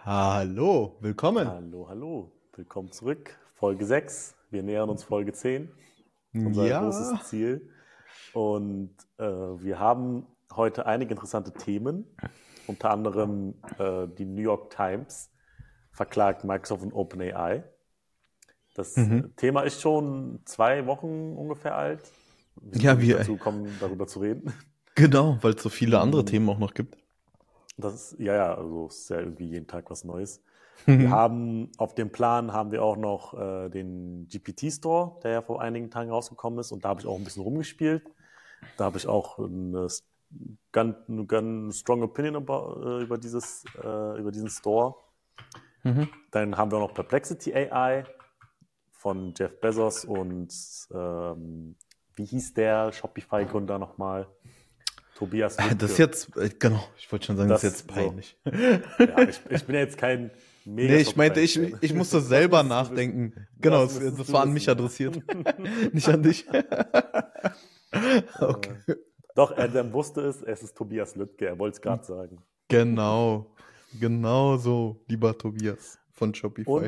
Hallo, willkommen. Hallo, hallo. Willkommen zurück. Folge 6. Wir nähern uns Folge 10. Unser großes Ja, Ziel. Und wir haben heute einige interessante Themen. Unter anderem die New York Times verklagt Microsoft und OpenAI. Das Thema ist schon 2 Wochen ungefähr alt. Wir sind noch ja, nicht dazu gekommen, darüber zu reden. genau, weil es so viele andere Themen auch noch gibt. Das ist, ja, also es ist ja irgendwie jeden Tag was Neues. Wir haben auf dem Plan haben wir auch noch den GPT-Store, der ja vor einigen Tagen rausgekommen ist. Und da habe ich auch ein bisschen rumgespielt. Da habe ich auch eine ganz strong Opinion über diesen Store. Dann haben wir auch noch Perplexity AI von Jeff Bezos und wie hieß der Shopify-Gründer nochmal? Tobias Das ist Lütke. jetzt, genau, ich wollte schon sagen, das ist Das jetzt so. peinlich. Ja, ich bin ja jetzt kein mega Nee, ich meinte, ich, Shopify-Fan. ich musste Das selber müsstest du wissen. nachdenken. Genau, Das das, müsstest das du war an mich wissen. adressiert, nicht an dich. Äh, Okay, Doch, Adam wusste es, es ist Tobias Lütke, er wollte es gerade sagen. genau, genau so, lieber Tobias von Shopify. Und,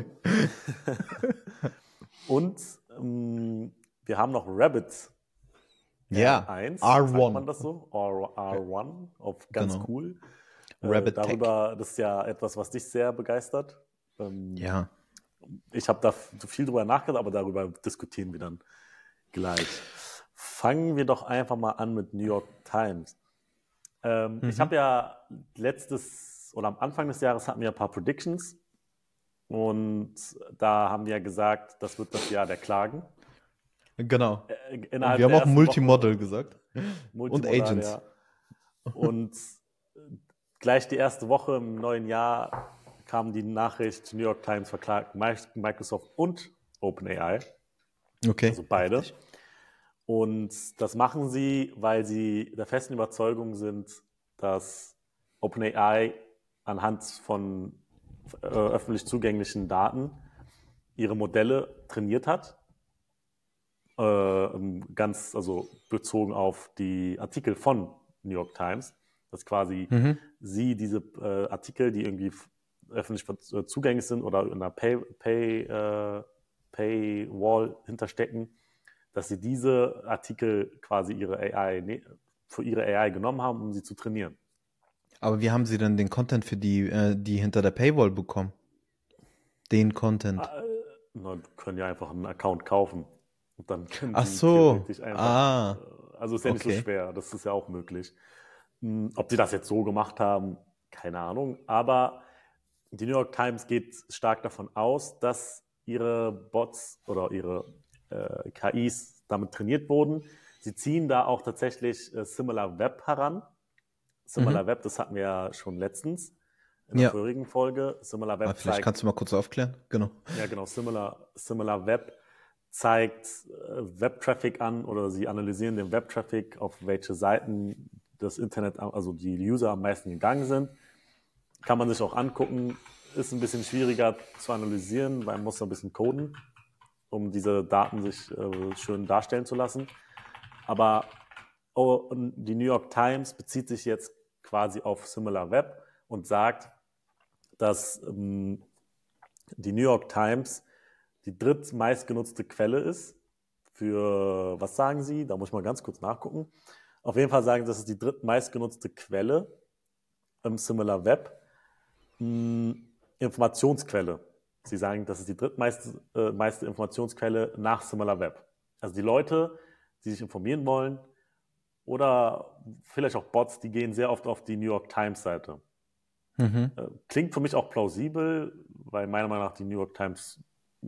und wir haben noch Rabbit Ja, R1, sagt R1, man das so? R1, auf ganz genau, cool. Rabbit Tech. Darüber, das ist ja etwas, was dich sehr begeistert. Ähm, Ja. Ich habe da viel drüber nachgedacht, aber darüber diskutieren wir dann gleich. Fangen wir doch einfach mal an mit New York Times. Ich Mhm. habe ja letztes oder am Anfang des Jahres hatten wir ein paar Predictions und da haben wir ja gesagt, das wird das Jahr der Klagen. Genau. Und wir Innerhalb haben der auch ersten Multimodel Woche gesagt. Und Multimodal, Agents. ja. Und gleich die erste Woche im neuen Jahr kam die Nachricht, New York Times verklagt Microsoft und OpenAI, Okay, also beide. heftig. Und das machen sie, weil sie der festen Überzeugung sind, dass OpenAI anhand von öffentlich zugänglichen Daten ihre Modelle trainiert hat. Ganz, also bezogen auf die Artikel von New York Times, dass quasi Mhm. sie diese Artikel, die irgendwie öffentlich zugänglich sind oder in einer Paywall hinterstecken, dass sie diese Artikel quasi für ihre AI genommen haben, um sie zu trainieren. Aber wie haben Sie denn den Content für die hinter der Paywall bekommen? Den Content. Die können ja einfach einen Account kaufen und dann können Ach sie so. theoretisch einfach, Ah, also ist ja nicht so okay. schwer, das ist ja auch möglich. Ob die das jetzt so gemacht haben, keine Ahnung, aber die New York Times geht stark davon aus, dass ihre Bots oder ihre KIs damit trainiert wurden. Sie ziehen da auch tatsächlich SimilarWeb heran. Mhm. SimilarWeb, das hatten wir ja schon letztens in der Ja. vorigen Folge. Aber SimilarWeb vielleicht kannst zeigt, du mal kurz aufklären. Genau. ja genau, SimilarWeb zeigt Web-Traffic an oder sie analysieren den Web-Traffic, auf welche Seiten das Internet, also die User am meisten gegangen sind. Kann man sich auch angucken, ist ein bisschen schwieriger zu analysieren, weil man muss ein bisschen coden, um diese Daten sich schön darstellen zu lassen. Aber und die New York Times bezieht sich jetzt quasi auf SimilarWeb und sagt, dass die New York Times die drittmeistgenutzte Quelle ist für, was sagen Sie? Da muss ich mal ganz kurz nachgucken. Auf jeden Fall sagen Sie, das ist die drittmeistgenutzte Quelle im SimilarWeb. Informationsquelle. Sie sagen, das ist die drittmeiste meiste Informationsquelle nach SimilarWeb. Also die Leute, die sich informieren wollen oder vielleicht auch Bots, die gehen sehr oft auf die New York Times Seite. Mhm. Klingt für mich auch plausibel, weil meiner Meinung nach die New York Times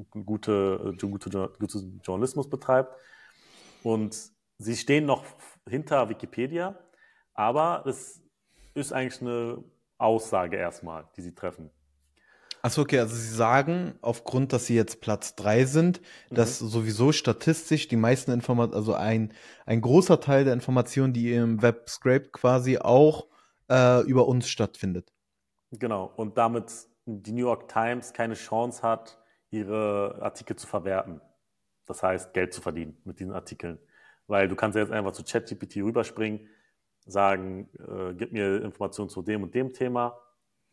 gute Journalismus betreibt. Und sie stehen noch hinter Wikipedia, aber es ist eigentlich eine Aussage erstmal, die sie treffen. Ach so, okay, also Sie sagen, aufgrund, dass Sie jetzt Platz 3 sind, Mhm. dass sowieso statistisch die meisten Informationen, also ein großer Teil der Informationen, die ihr im Web scrapt, quasi auch über uns stattfindet. Genau. Und damit die New York Times keine Chance hat, ihre Artikel zu verwerten. Das heißt, Geld zu verdienen mit diesen Artikeln. Weil du kannst ja jetzt einfach zu ChatGPT rüberspringen, sagen, gib mir Informationen zu dem und dem Thema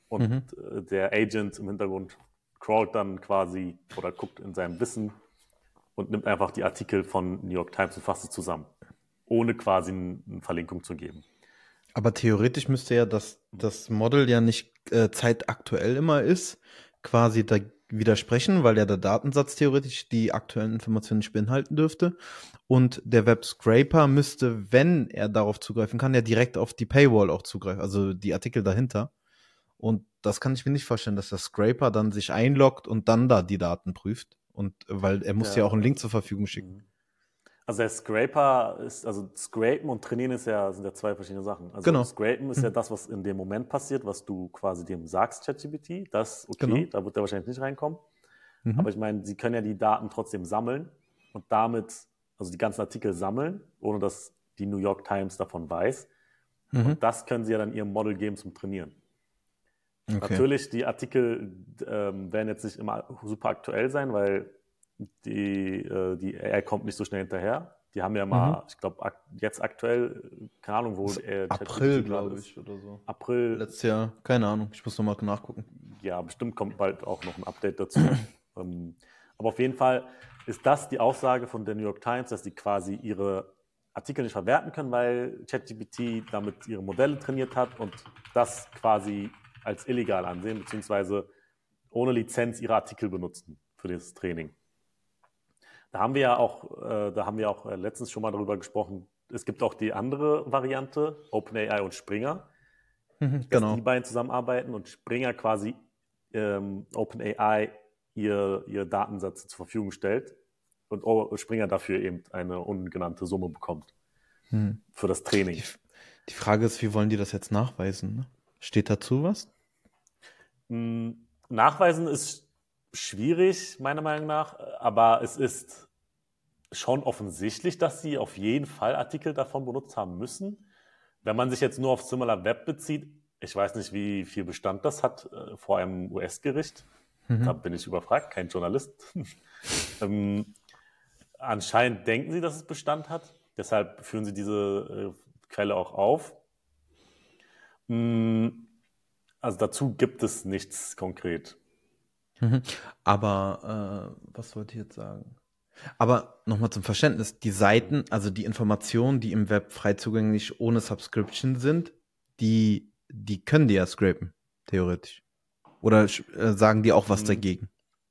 und der Agent im Hintergrund crawlt dann quasi oder guckt in seinem Wissen und nimmt einfach die Artikel von New York Times und fasst sie zusammen, ohne quasi eine Verlinkung zu geben. Aber theoretisch müsste ja das Model ja nicht zeitaktuell immer ist, quasi da widersprechen, weil ja der Datensatz theoretisch die aktuellen Informationen nicht beinhalten dürfte. Und der Web-Scraper müsste, wenn er darauf zugreifen kann, ja direkt auf die Paywall auch zugreifen, also die Artikel dahinter. Und das kann ich mir nicht vorstellen, dass der Scraper dann sich einloggt und dann da die Daten prüft. Und weil er muss ja auch einen Link zur Verfügung schicken. Also der Scraper ist, also Scrapen und Trainieren sind ja zwei verschiedene Sachen. Also Genau. Scrapen ist ja das, was in dem Moment passiert, was du quasi dem sagst, ChatGPT. Das ist okay, Genau. da wird der wahrscheinlich nicht reinkommen. Aber ich meine, sie können ja die Daten trotzdem sammeln und damit, also die ganzen Artikel sammeln, ohne dass die New York Times davon weiß. Und das können sie ja dann ihrem Model geben zum Trainieren. Okay. Natürlich, die Artikel werden jetzt nicht immer super aktuell sein, weil die AI kommt nicht so schnell hinterher. Die haben ja mal, ich glaube, jetzt aktuell, keine Ahnung, wo April, glaube ich, oder so. April. Letztes Jahr, keine Ahnung, ich muss nochmal nachgucken. Ja, bestimmt kommt bald auch noch ein Update dazu. Aber auf jeden Fall ist das die Aussage von der New York Times, dass die quasi ihre Artikel nicht verwerten können, weil ChatGPT damit ihre Modelle trainiert hat und das quasi als illegal ansehen, beziehungsweise ohne Lizenz ihre Artikel benutzen für das Training. Da haben wir ja auch letztens schon mal darüber gesprochen. Es gibt auch die andere Variante, OpenAI und Springer, dass die beiden zusammenarbeiten und Springer quasi OpenAI ihr Datensatz zur Verfügung stellt und Springer dafür eben eine ungenannte Summe bekommt für das Training. Die Frage ist, wie wollen die das jetzt nachweisen? Ne? Steht dazu was? Nachweisen ist schwierig, meiner Meinung nach, aber es ist schon offensichtlich, dass sie auf jeden Fall Artikel davon benutzt haben müssen. Wenn man sich jetzt nur auf SimilarWeb bezieht, ich weiß nicht, wie viel Bestand das hat vor einem US-Gericht. Da bin ich überfragt, kein Journalist. Anscheinend denken sie, dass es Bestand hat. Deshalb führen sie diese Quelle auch auf. Also dazu gibt es nichts konkret. Aber was wollte ich jetzt sagen? Aber nochmal zum Verständnis, die Seiten, also die Informationen, die im Web frei zugänglich ohne Subscription sind, die können die ja scrapen, theoretisch. Oder sagen die auch was dagegen?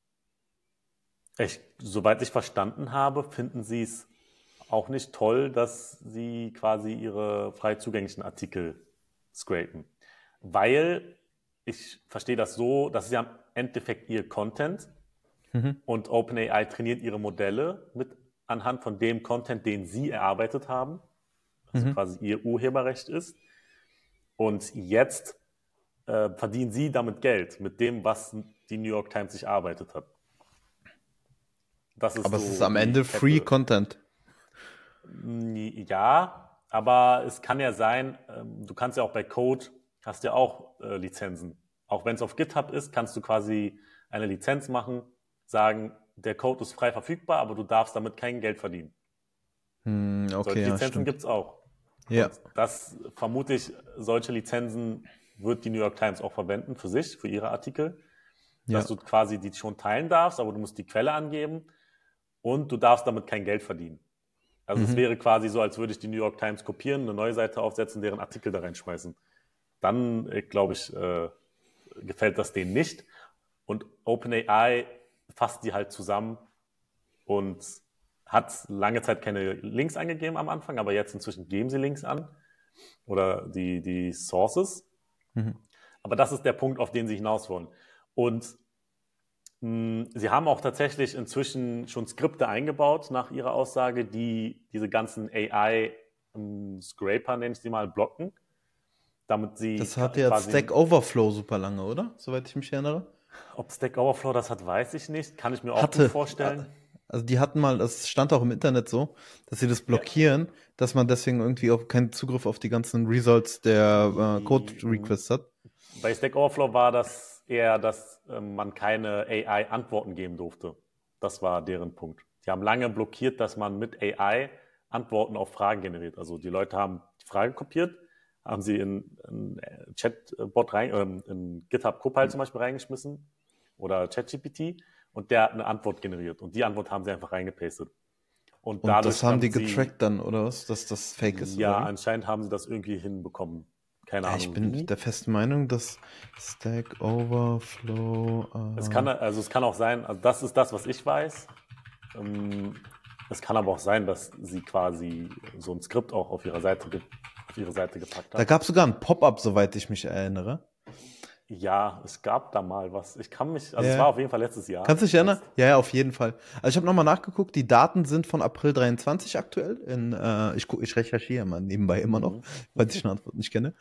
Soweit ich verstanden habe, finden sie es auch nicht toll, dass sie quasi ihre frei zugänglichen Artikel scrapen. Weil ich verstehe das so, das ist ja im Endeffekt ihr Content und OpenAI trainiert ihre Modelle anhand von dem Content, den sie erarbeitet haben, also quasi ihr Urheberrecht ist. Und jetzt verdienen sie damit Geld, mit dem, was die New York Times sich erarbeitet hat. Aber es ist am Ende Free Content. Ja, aber es kann ja sein, du kannst ja auch bei Code, hast ja auch Lizenzen. Auch wenn es auf GitHub ist, kannst du quasi eine Lizenz machen, sagen, der Code ist frei verfügbar, aber du darfst damit kein Geld verdienen. Okay, solche Lizenzen gibt es auch. Ja. Und das vermute ich, solche Lizenzen wird die New York Times auch verwenden für sich, für ihre Artikel. Dass du quasi die schon teilen darfst, aber du musst die Quelle angeben und du darfst damit kein Geld verdienen. Also es wäre quasi so, als würde ich die New York Times kopieren, eine neue Seite aufsetzen, deren Artikel da reinschmeißen. Dann, glaube ich, gefällt das denen nicht. Und OpenAI fasst die halt zusammen und hat lange Zeit keine Links angegeben am Anfang, aber jetzt inzwischen geben sie Links an oder die Sources. Aber das ist der Punkt, auf den sie hinaus wollen. Und sie haben auch tatsächlich inzwischen schon Skripte eingebaut, nach ihrer Aussage, die diese ganzen AI-Scraper, nenne ich sie mal, blocken. Damit sie das hatte ja Stack Overflow super lange, oder? Soweit ich mich erinnere. Ob Stack Overflow das hat, weiß ich nicht. Kann ich mir auch gut vorstellen. Also die hatten mal, das stand auch im Internet so, dass sie das blockieren, dass man deswegen irgendwie auch keinen Zugriff auf die ganzen Results der Code-Requests hat. Bei Stack Overflow war das eher, dass man keine AI-Antworten geben durfte. Das war deren Punkt. Die haben lange blockiert, dass man mit AI Antworten auf Fragen generiert. Also die Leute haben die Frage kopiert, haben sie in Chatbot in GitHub Copilot zum Beispiel reingeschmissen oder ChatGPT und der hat eine Antwort generiert und die Antwort haben sie einfach reingepastet. Und das haben die getrackt dann, oder was? Dass das fake ist? Ja, oder anscheinend haben sie das irgendwie hinbekommen. Keine ich Ahnung bin wie. der festen Meinung, dass Stack Overflow. Es kann auch sein, also das ist das, was ich weiß. Es kann aber auch sein, dass sie quasi so ein Skript auch auf ihre Seite gepackt Da hat. gab es sogar ein Pop-up, soweit ich mich erinnere. Ja, es gab da mal was. Es Ja. war auf jeden Fall letztes Jahr. Kannst du dich erinnern? Ja, auf jeden Fall. Also ich habe nochmal nachgeguckt, die Daten sind von April 23 aktuell. Ich recherchiere mal nebenbei immer noch, weil ich eine Antwort nicht kenne.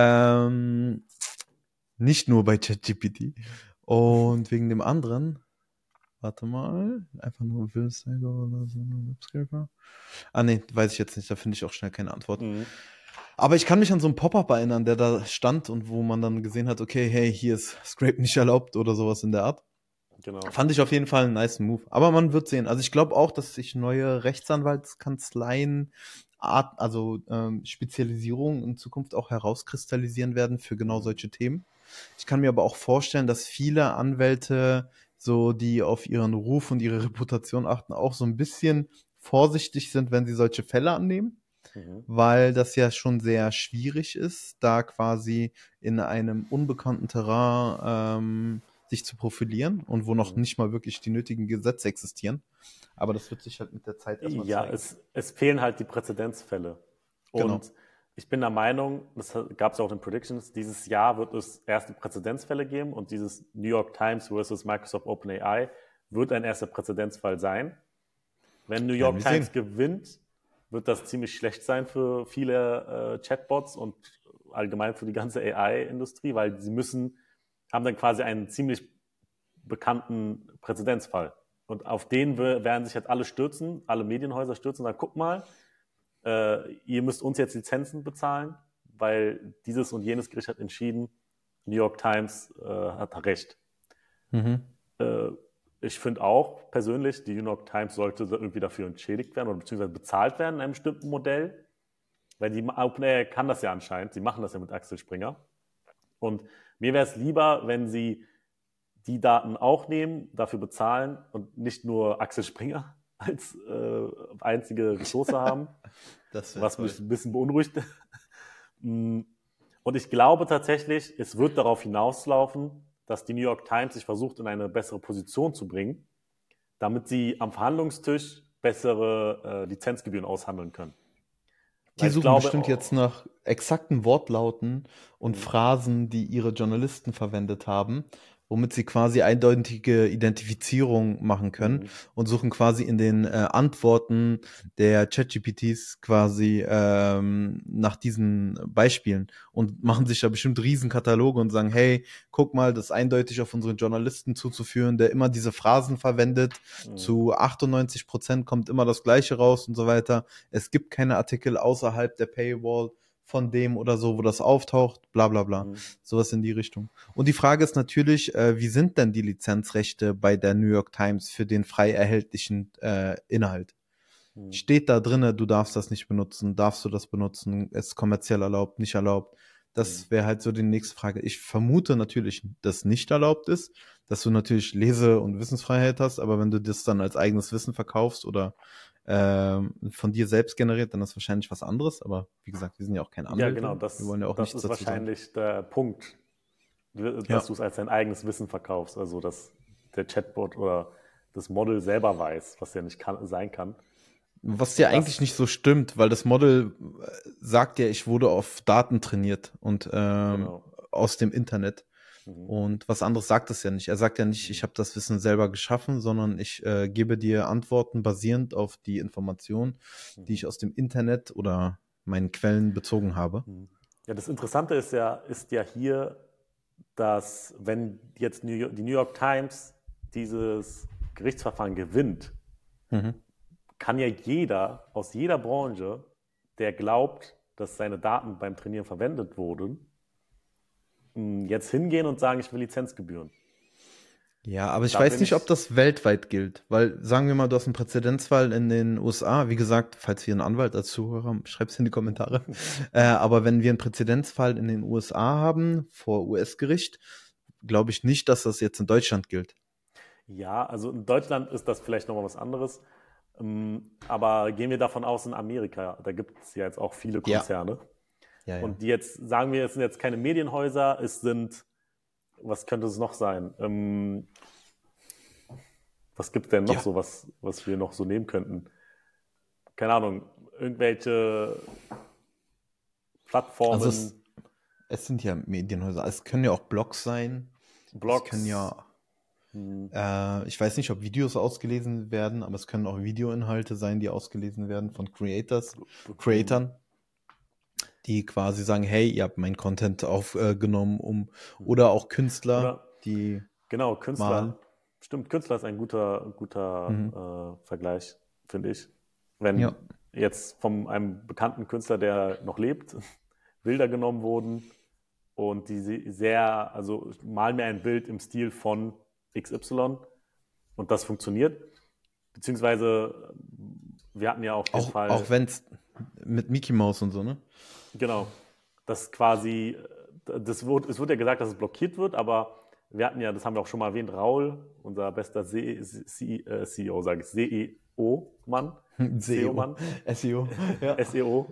Nicht nur bei ChatGPT. Und wegen dem anderen, warte mal, einfach nur Will Sager oder so ein Webscraper. Nee, weiß ich jetzt nicht, da finde ich auch schnell keine Antwort. Aber ich kann mich an so einen Pop-up erinnern, der da stand und wo man dann gesehen hat, okay, hey, hier ist Scrape nicht erlaubt oder sowas in der Art. Genau. Fand ich auf jeden Fall einen nice Move. Aber man wird sehen. Also ich glaube auch, dass sich neue Rechtsanwaltskanzleien, Spezialisierungen in Zukunft auch herauskristallisieren werden für genau solche Themen. Ich kann mir aber auch vorstellen, dass viele Anwälte, so die auf ihren Ruf und ihre Reputation achten, auch so ein bisschen vorsichtig sind, wenn sie solche Fälle annehmen, weil das ja schon sehr schwierig ist, da quasi in einem unbekannten Terrain sich zu profilieren und wo noch nicht mal wirklich die nötigen Gesetze existieren. Aber das wird sich halt mit der Zeit erstmal zeigen. Ja, es fehlen halt die Präzedenzfälle. Genau. Und ich bin der Meinung, das gab es auch in Predictions, dieses Jahr wird es erste Präzedenzfälle geben und dieses New York Times versus Microsoft OpenAI wird ein erster Präzedenzfall sein. Wenn New York Times gewinnt, wird das ziemlich schlecht sein für viele Chatbots und allgemein für die ganze AI-Industrie, weil sie haben dann quasi einen ziemlich bekannten Präzedenzfall. Und auf den werden sich jetzt alle stürzen, alle Medienhäuser stürzen und sagen, guck mal, ihr müsst uns jetzt Lizenzen bezahlen, weil dieses und jenes Gericht hat entschieden, New York Times hat recht. Ich finde auch persönlich, die New York Times sollte irgendwie dafür entschädigt werden oder beziehungsweise bezahlt werden in einem bestimmten Modell, weil die OpenAI kann das ja anscheinend, sie machen das ja mit Axel Springer. Und mir wäre es lieber, wenn sie die Daten auch nehmen, dafür bezahlen und nicht nur Axel Springer als einzige Ressource haben, was mich ein bisschen beunruhigt. Und ich glaube tatsächlich, es wird darauf hinauslaufen, dass die New York Times sich versucht, in eine bessere Position zu bringen, damit sie am Verhandlungstisch bessere Lizenzgebühren aushandeln können. Die suchen bestimmt jetzt nach exakten Wortlauten und Phrasen, die ihre Journalisten verwendet haben, womit sie quasi eindeutige Identifizierung machen können und suchen quasi in den Antworten der ChatGPTs quasi nach diesen Beispielen und machen sich da bestimmt Riesenkataloge und sagen, hey, guck mal, das ist eindeutig auf unseren Journalisten zuzuführen, der immer diese Phrasen verwendet. Zu 98% kommt immer das Gleiche raus und so weiter. Es gibt keine Artikel außerhalb der Paywall von dem oder so, wo das auftaucht, bla bla bla. Sowas in die Richtung. Und die Frage ist natürlich, wie sind denn die Lizenzrechte bei der New York Times für den frei erhältlichen Inhalt? Steht da drinne, du darfst das nicht benutzen, darfst du das benutzen, ist kommerziell erlaubt, nicht erlaubt? Das wäre halt so die nächste Frage. Ich vermute natürlich, dass nicht erlaubt ist, dass du natürlich Lese- und Wissensfreiheit hast, aber wenn du das dann als eigenes Wissen verkaufst oder von dir selbst generiert, dann ist wahrscheinlich was anderes. Aber wie gesagt, wir sind ja auch kein Anwalt. Ja, genau, wir wollen ja auch das nichts ist dazu wahrscheinlich sagen. der Punkt, dass du es als dein eigenes Wissen verkaufst. Also, dass der Chatbot oder das Model selber weiß, was ja nicht sein kann. Was ja eigentlich nicht so stimmt, weil das Model sagt ja, ich wurde auf Daten trainiert und aus dem Internet. Und was anderes sagt es ja nicht. Er sagt ja nicht, ich habe das Wissen selber geschaffen, sondern ich gebe dir Antworten basierend auf die Informationen, die ich aus dem Internet oder meinen Quellen bezogen habe. Ja, das Interessante ist ja hier, dass wenn jetzt die New York Times dieses Gerichtsverfahren gewinnt, kann ja jeder aus jeder Branche, der glaubt, dass seine Daten beim Trainieren verwendet wurden, jetzt hingehen und sagen, ich will Lizenzgebühren. Ja, aber ich Da weiß bin nicht, ob ich, das weltweit gilt, weil sagen wir mal, du hast einen Präzedenzfall in den USA. Wie gesagt, falls wir einen Anwalt als Zuhörer haben, schreib's in die Kommentare. Aber wenn wir einen Präzedenzfall in den USA haben vor US-Gericht, glaube ich nicht, dass das jetzt in Deutschland gilt. ja, also in Deutschland ist das vielleicht nochmal was anderes. Aber gehen wir davon aus, in Amerika, da gibt es ja jetzt auch viele Ja, Konzerne. ja, ja. Und die jetzt, sagen wir, es sind jetzt keine Medienhäuser, es sind, was könnte es noch sein? Was gibt es denn noch Ja, so, was wir noch so nehmen könnten? Keine Ahnung, irgendwelche also Plattformen, es sind ja Medienhäuser. Es können ja auch Blogs sein. Es können Blogs. ja, hm, ich weiß nicht, ob Videos ausgelesen werden, aber es können auch Videoinhalte sein, die ausgelesen werden von hm, Creatern, die quasi sagen, hey, ihr habt meinen Content aufgenommen, oder auch Künstler, Oder, die genau, malen. Künstler. Stimmt, Künstler ist ein guter, Mhm. guter Vergleich, finde ich. Ja, Wenn jetzt von einem bekannten Künstler, der noch lebt, Bilder genommen wurden und die sehr, also mal mir ein Bild im Stil von XY und das funktioniert. Beziehungsweise wir hatten ja auch den auch Fall, wenn es mit Mickey Mouse und so, ne? genau, dass quasi, es wurde ja gesagt, dass es blockiert wird, aber wir hatten ja, das haben wir auch schon mal erwähnt, Raul, unser bester CEO, sage ich, SEO-Mann, SEO, SEO-Mann, SEO, ja. SEO,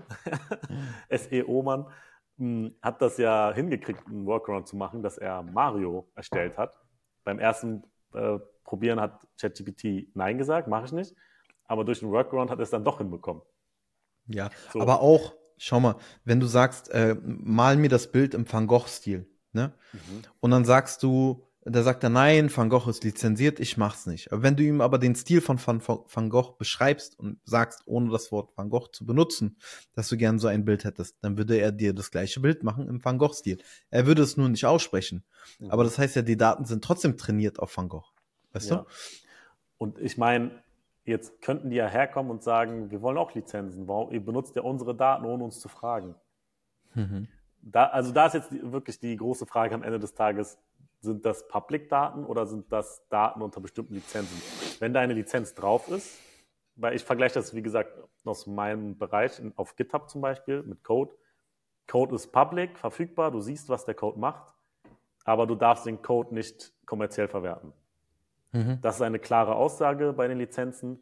SEO-Mann, hat das ja hingekriegt, einen Workaround zu machen, dass er Mario erstellt hat. Beim ersten Probieren hat ChatGPT Nein gesagt, mache ich nicht. Aber durch den Workaround hat er es dann doch hinbekommen. Ja, So. aber auch, schau mal, wenn du sagst, mal mir das Bild im Van Gogh-Stil, ne? Mhm. Und dann sagst du, da sagt er, nein, Van Gogh ist lizenziert, ich mach's nicht. Aber wenn du ihm aber den Stil von Van Gogh beschreibst und sagst, ohne das Wort Van Gogh zu benutzen, dass du gern so ein Bild hättest, dann würde er dir das gleiche Bild machen im Van Gogh-Stil. Er würde es nur nicht aussprechen. Aber Mhm. das heißt ja, die Daten sind trotzdem trainiert auf Van Gogh. Weißt du? Ja. Und ich meine, jetzt könnten die ja herkommen und sagen, wir wollen auch Lizenzen. Warum, ihr benutzt ja unsere Daten, ohne uns zu fragen. Mhm. Also da ist jetzt wirklich die große Frage am Ende des Tages, sind das Public-Daten oder sind das Daten unter bestimmten Lizenzen? Wenn da eine Lizenz drauf ist, weil ich vergleiche das, wie gesagt, aus meinem Bereich auf GitHub zum Beispiel mit Code. Code ist public, verfügbar, du siehst, was der Code macht, aber du darfst den Code nicht kommerziell verwerten. Mhm. Das ist eine klare Aussage bei den Lizenzen.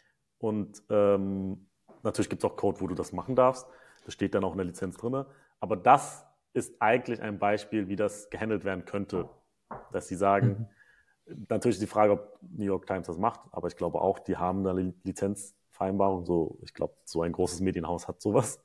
Und natürlich gibt es auch Code, wo du das machen darfst. Das steht dann auch in der Lizenz drin. Aber das ist eigentlich ein Beispiel, wie das gehandelt werden könnte. Dass sie sagen, Mhm. natürlich ist die Frage, ob New York Times das macht, aber ich glaube auch, die haben eine Lizenzvereinbarung. So, ich glaube, so ein großes Medienhaus hat sowas.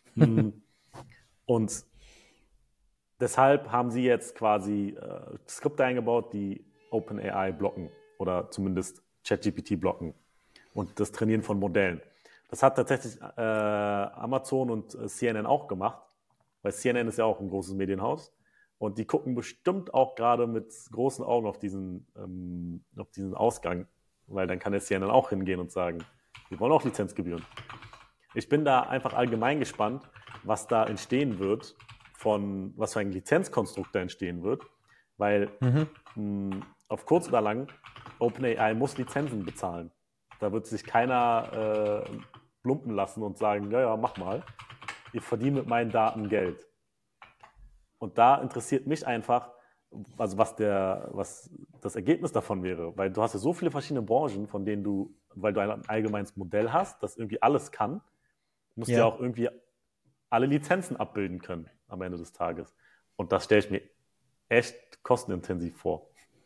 Und deshalb haben sie jetzt quasi Skripte eingebaut, die OpenAI blocken oder zumindest ChatGPT blocken und das Trainieren von Modellen. Das hat tatsächlich Amazon und CNN auch gemacht, weil CNN ist ja auch ein großes Medienhaus und die gucken bestimmt auch gerade mit großen Augen auf diesen Ausgang, weil dann kann der CNN auch hingehen und sagen, wir wollen auch Lizenzgebühren. Ich bin da einfach allgemein gespannt, was da entstehen wird, was für ein Lizenzkonstrukt da entstehen wird, weil Mhm. auf kurz oder lang OpenAI muss Lizenzen bezahlen. Da wird sich keiner lumpen lassen und sagen, ja, ja, mach mal. Ich verdiene mit meinen Daten Geld. Und da interessiert mich einfach, also was das Ergebnis davon wäre, weil du hast ja so viele verschiedene Branchen, von denen weil du ein allgemeines Modell hast, das irgendwie alles kann, musst du ja Ja. auch irgendwie alle Lizenzen abbilden können am Ende des Tages. Und das stelle ich mir echt kostenintensiv vor.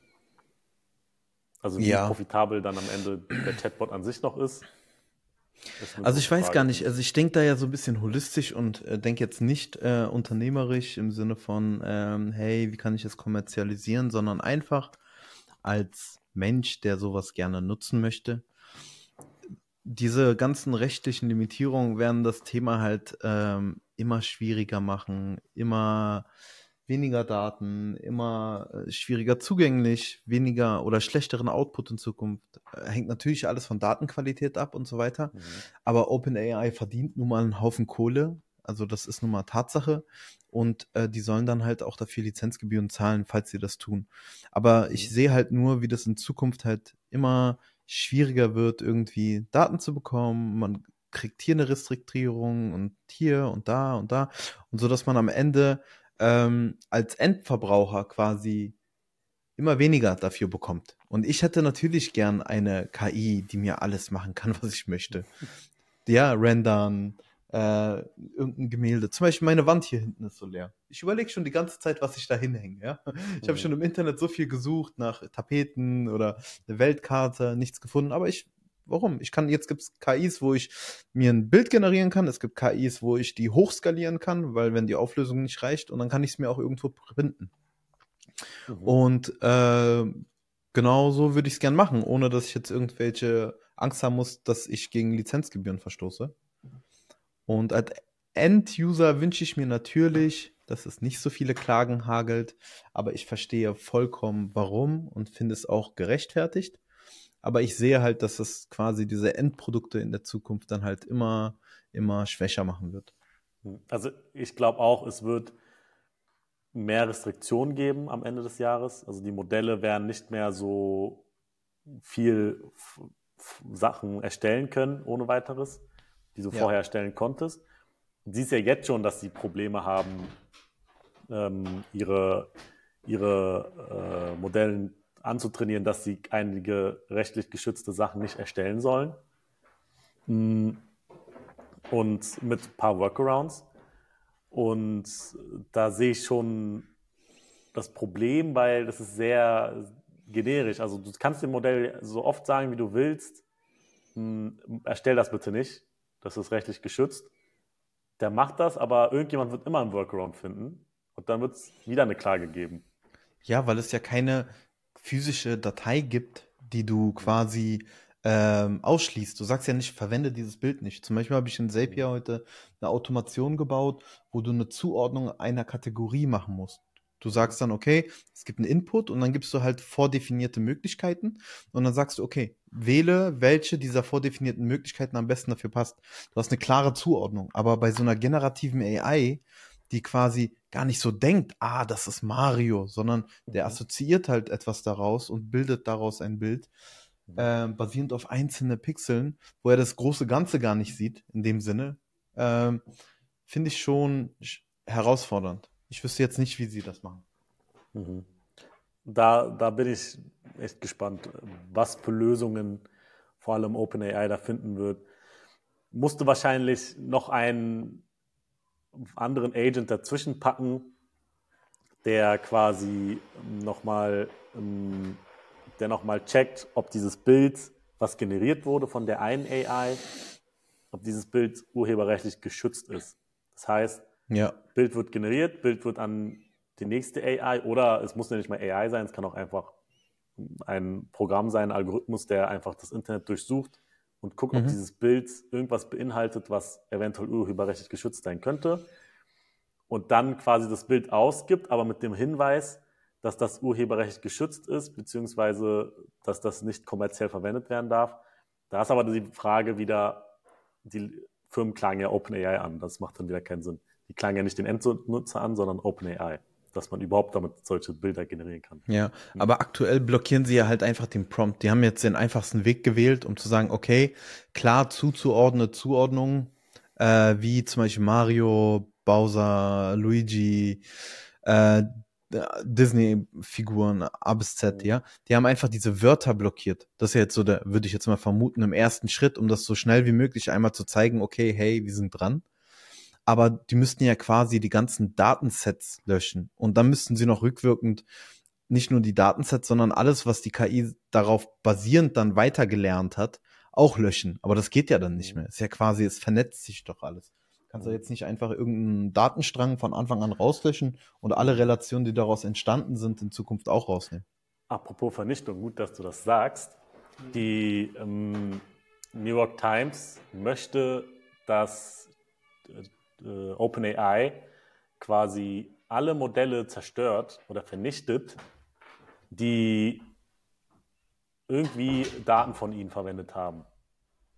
Also wie Ja. profitabel dann am Ende der Chatbot an sich noch ist eine Also ich große weiß Frage, gar finde nicht, ich. also ich denke da ja so ein bisschen holistisch und denke jetzt nicht unternehmerisch im Sinne von, hey, wie kann ich das kommerzialisieren, sondern einfach als Mensch, der sowas gerne nutzen möchte. Diese ganzen rechtlichen Limitierungen werden das Thema halt immer schwieriger machen, immer weniger Daten, immer schwieriger zugänglich, weniger oder schlechteren Output in Zukunft. Hängt natürlich alles von Datenqualität ab und so weiter. Mhm. Aber OpenAI verdient nun mal einen Haufen Kohle Also das ist nun mal Tatsache. Und die sollen dann halt auch dafür Lizenzgebühren zahlen, falls sie das tun. Aber ich sehe halt nur, wie das in Zukunft halt immer schwieriger wird, irgendwie Daten zu bekommen. Man kriegt hier eine Restriktierung und hier und da und da. Und so, dass man am Ende als Endverbraucher quasi immer weniger dafür bekommt. Und ich hätte natürlich gern eine KI, die mir alles machen kann, was ich möchte. Ja, rendern, irgendein Gemälde. Zum Beispiel meine Wand hier hinten ist so leer. Ich überlege schon die ganze Zeit, was ich da hinhänge. Ja? Ich habe schon im Internet so viel gesucht nach Tapeten oder eine Weltkarte, nichts gefunden. Aber warum? Jetzt gibt es KIs, wo ich mir ein Bild generieren kann. Es gibt KIs, wo ich die hochskalieren kann, weil wenn die Auflösung nicht reicht, und dann kann ich es mir auch irgendwo printen. Und genau so würde ich es gern machen, ohne dass ich jetzt irgendwelche Angst haben muss, dass ich gegen Lizenzgebühren verstoße. Und als End-User wünsche ich mir natürlich, dass es nicht so viele Klagen hagelt, aber ich verstehe vollkommen, warum und finde es auch gerechtfertigt. Aber ich sehe halt, dass es quasi diese Endprodukte in der Zukunft dann halt immer, immer schwächer machen wird. Also ich glaube auch, es wird mehr Restriktionen geben am Ende des Jahres. Also die Modelle werden nicht mehr so viel Sachen erstellen können ohne weiteres, die du vorher erstellen konntest. Du siehst ja jetzt schon, dass sie Probleme haben, ihre Modellen anzutrainieren, dass sie einige rechtlich geschützte Sachen nicht erstellen sollen. Und mit ein paar Workarounds. Und da sehe ich schon das Problem, weil das ist sehr generisch. Also du kannst dem Modell so oft sagen, wie du willst, erstell das bitte nicht, das ist rechtlich geschützt. Der macht das, aber irgendjemand wird immer einen Workaround finden und dann wird es wieder eine Klage geben. Ja, weil es ja keine physische Datei gibt, die du quasi ausschließt. Du sagst ja nicht, verwende dieses Bild nicht. Zum Beispiel habe ich in Zapier heute eine Automation gebaut, wo du eine Zuordnung einer Kategorie machen musst. Du sagst dann, okay, es gibt einen Input und dann gibst du halt vordefinierte Möglichkeiten und dann sagst du, okay, wähle, welche dieser vordefinierten Möglichkeiten am besten dafür passt. Du hast eine klare Zuordnung. Aber bei so einer generativen AI, die quasi gar nicht so denkt, das ist Mario, sondern der assoziiert halt etwas daraus und bildet daraus ein Bild, basierend auf einzelne Pixeln, wo er das große Ganze gar nicht sieht, in dem Sinne, finde ich schon herausfordernd. Ich wüsste jetzt nicht, wie sie das machen. Da bin ich echt gespannt, was für Lösungen vor allem OpenAI da finden wird. Musste wahrscheinlich noch einen anderen Agent dazwischen packen, der quasi nochmal checkt, ob dieses Bild, was generiert wurde von der einen AI, ob dieses Bild urheberrechtlich geschützt ist. Das heißt, Bild wird generiert, Bild wird an die nächste AI oder es muss ja nicht mal AI sein, es kann auch einfach ein Programm sein, ein Algorithmus, der einfach das Internet durchsucht und guckt, ob dieses Bild irgendwas beinhaltet, was eventuell urheberrechtlich geschützt sein könnte und dann quasi das Bild ausgibt, aber mit dem Hinweis, dass das urheberrechtlich geschützt ist, beziehungsweise dass das nicht kommerziell verwendet werden darf. Da ist aber die Frage wieder, die Firmen klagen ja OpenAI an, das macht dann wieder keinen Sinn. Die klagen ja nicht den Endnutzer an, sondern OpenAI, dass man überhaupt damit solche Bilder generieren kann. Ja, aber aktuell blockieren sie ja halt einfach den Prompt. Die haben jetzt den einfachsten Weg gewählt, um zu sagen, okay, klar zuzuordnende Zuordnungen, wie zum Beispiel Mario, Bowser, Luigi, Disney-Figuren, A bis Z, ja, die haben einfach diese Wörter blockiert. Das ist ja jetzt so würde ich jetzt mal vermuten, im ersten Schritt, um das so schnell wie möglich einmal zu zeigen, okay, hey, wir sind dran. Aber die müssten ja quasi die ganzen Datensets löschen. Und dann müssten sie noch rückwirkend nicht nur die Datensets, sondern alles, was die KI darauf basierend dann weitergelernt hat, auch löschen. Aber das geht ja dann nicht mehr. Es ist ja quasi, es vernetzt sich doch alles. Du kannst ja jetzt nicht einfach irgendeinen Datenstrang von Anfang an rauslöschen und alle Relationen, die daraus entstanden sind, in Zukunft auch rausnehmen. Apropos Vernichtung, gut, dass du das sagst. Die New York Times möchte, dass OpenAI quasi alle Modelle zerstört oder vernichtet, die irgendwie Daten von ihnen verwendet haben.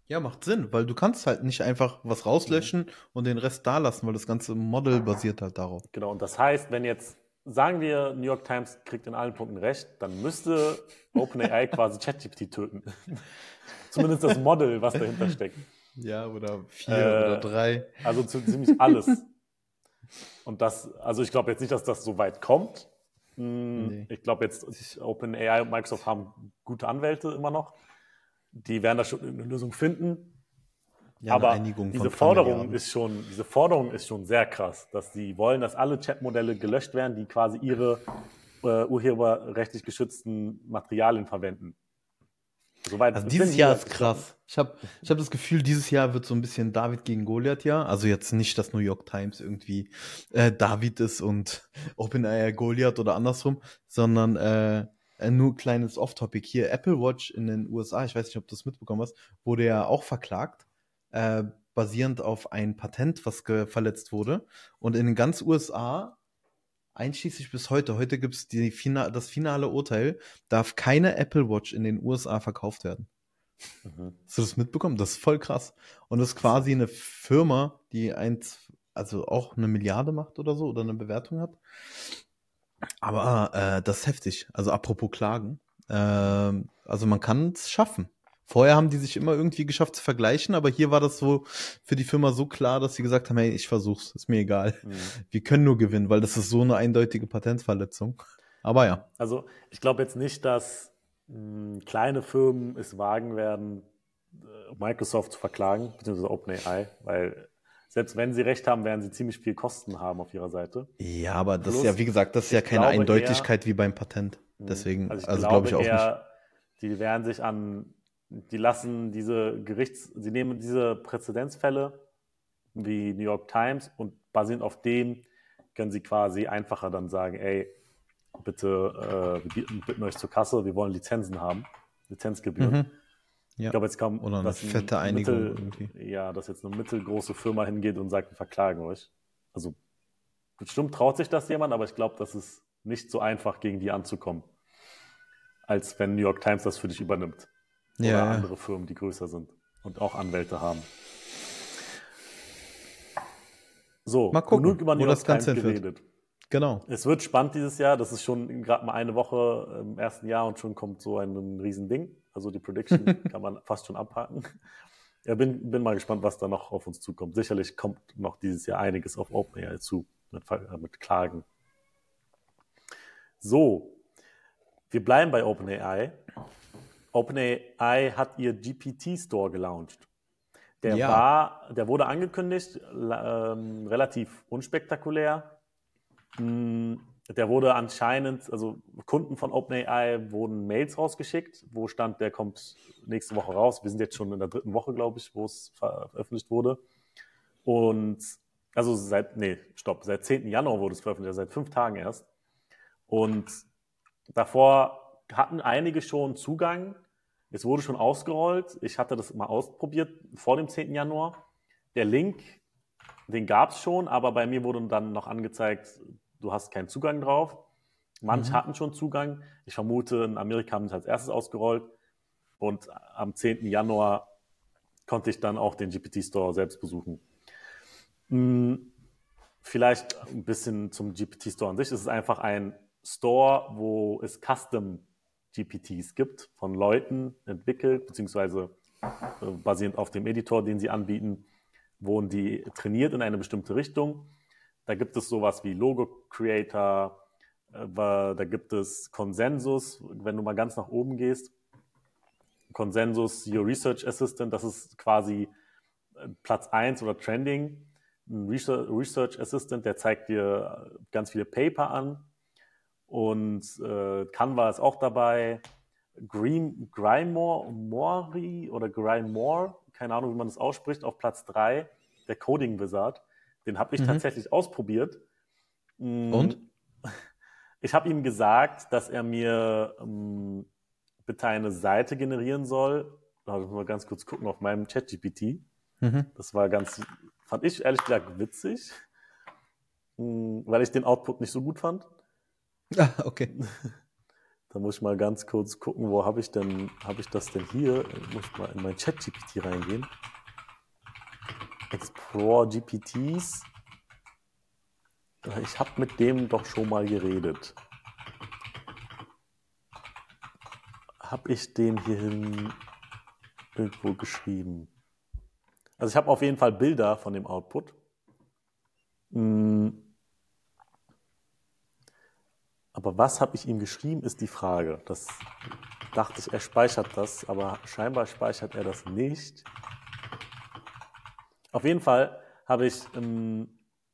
Ja, macht Sinn, weil du kannst halt nicht einfach was Mhm. rauslöschen und den Rest da lassen, weil das ganze Model basiert halt darauf. Genau, und das heißt, wenn jetzt, sagen wir, New York Times kriegt in allen Punkten recht, dann müsste OpenAI quasi ChatGPT töten. Zumindest das Model, was dahinter steckt. Ja, oder 4 oder Äh, 3. also zu ziemlich alles. Und das, also ich glaube jetzt nicht, dass das so weit kommt. Nee. Ich glaube jetzt, OpenAI und Microsoft haben gute Anwälte immer noch. Die werden da schon eine Lösung finden. Ja, eine Aber Einigung von diese ein paar Milliarden. Diese Forderung ist schon sehr krass, dass sie wollen, dass alle Chatmodelle gelöscht werden, die quasi ihre urheberrechtlich geschützten Materialien verwenden. Soweit Also sind dieses die, Jahr ist ich glaube, krass. Ich hab das Gefühl, dieses Jahr wird so ein bisschen David gegen Goliath-Jahr. Also jetzt nicht, dass New York Times irgendwie David ist und OpenAI Goliath oder andersrum, sondern nur kleines Off-Topic hier. Apple Watch in den USA, ich weiß nicht, ob du das mitbekommen hast, wurde ja auch verklagt, äh, basierend auf ein Patent, was verletzt wurde. Und in ganz USA einschließlich bis heute. Heute gibt es das finale Urteil, darf keine Apple Watch in den USA verkauft werden. mhm, Hast du das mitbekommen? Das ist voll krass. Und das ist quasi interessant. eine Firma, die also auch eine Milliarde macht oder so oder eine Bewertung hat. Aber das ist heftig. Also apropos Klagen. Also man kann es schaffen. Vorher haben die sich immer irgendwie geschafft zu vergleichen, aber hier war das so für die Firma so klar, dass sie gesagt haben, hey, ich versuch's, ist mir egal. Mhm. Wir können nur gewinnen, weil das ist so eine eindeutige Patentverletzung. Aber Ja. ja. Also ich glaube jetzt nicht, dass kleine Firmen es wagen werden, Microsoft zu verklagen, beziehungsweise OpenAI, weil selbst wenn sie recht haben, werden sie ziemlich viel Kosten haben auf ihrer Seite. Ja, aber das ist ja, Plus, wie gesagt, das ist ja ich keine glaube eher, Eindeutigkeit wie beim Patent. Deswegen, also ich also glaube glaube ich auch nicht. eher, die werden sich an, die lassen sie nehmen diese Präzedenzfälle wie New York Times und basierend auf dem können sie quasi einfacher dann sagen, ey, bitte, wir bitten euch zur Kasse, wir wollen Lizenzen haben, Lizenzgebühren. Mhm. Ich Ja. glaube jetzt kaum, Oder eine fette Einigung irgendwie. dass jetzt eine mittelgroße Firma hingeht und sagt, wir verklagen euch. Also bestimmt traut sich das jemand, aber ich glaube, das ist nicht so einfach, gegen die anzukommen, als wenn New York Times das für dich übernimmt. Ja, Oder ja. andere Firmen, die größer sind und auch Anwälte haben. Mal So, genug gucken, über New wo York das Ganze Times hinführt. geredet. Genau. Es wird spannend dieses Jahr. Das ist schon gerade mal eine Woche im ersten Jahr und schon kommt so ein Riesending. Also die Prediction kann man fast schon abhaken. Ja, bin mal gespannt, was da noch auf uns zukommt. Sicherlich kommt noch dieses Jahr einiges auf OpenAI zu mit Klagen. So, wir bleiben bei OpenAI. OpenAI hat ihr GPT-Store gelauncht. Ja. Der wurde angekündigt, relativ unspektakulär. Der wurde anscheinend, also Kunden von OpenAI wurden Mails rausgeschickt, wo stand, der kommt nächste Woche raus. Wir sind jetzt schon in der dritten Woche, glaube ich, wo es veröffentlicht wurde. Und also seit 10. Januar wurde es veröffentlicht, also seit 5 Tagen erst. Und davor hatten einige schon Zugang. Es wurde schon ausgerollt. Ich hatte das mal ausprobiert vor dem 10. Januar. Der Link, den gab es schon, aber bei mir wurde dann noch angezeigt, du hast keinen Zugang drauf. Manche Mhm. hatten schon Zugang. Ich vermute, in Amerika haben sie es als erstes ausgerollt. Und am 10. Januar konnte ich dann auch den GPT-Store selbst besuchen. Vielleicht ein bisschen zum GPT-Store an sich. Es ist einfach ein Store, wo es Custom GPTs gibt, von Leuten entwickelt, beziehungsweise basierend auf dem Editor, den sie anbieten, wurden die trainiert in eine bestimmte Richtung. Da gibt es sowas wie Logo Creator, da gibt es Consensus, wenn du mal ganz nach oben gehst. Consensus Your Research Assistant, das ist quasi Platz 1 oder Trending. Ein Research Assistant, der zeigt dir ganz viele Paper an. Und Canva ist auch dabei. Grimoire oder Grimoire, keine Ahnung, wie man das ausspricht, auf Platz 3, der Coding Wizard. Den habe ich Mhm. tatsächlich ausprobiert. Und? Ich habe ihm gesagt, dass er mir bitte eine Seite generieren soll. Da muss ich mal ganz kurz gucken auf meinem ChatGPT. Mhm. Das war fand ich ehrlich gesagt witzig, weil ich den Output nicht so gut fand. Ah, okay. Da muss ich mal ganz kurz gucken, wo habe ich das denn hier? Ich muss mal in mein ChatGPT reingehen. Explore GPTs. Ich habe mit dem doch schon mal geredet. Habe ich den hierhin irgendwo geschrieben? Also ich habe auf jeden Fall Bilder von dem Output. Aber was habe ich ihm geschrieben, ist die Frage. Das dachte ich, er speichert das, aber scheinbar speichert er das nicht. Auf jeden Fall wollte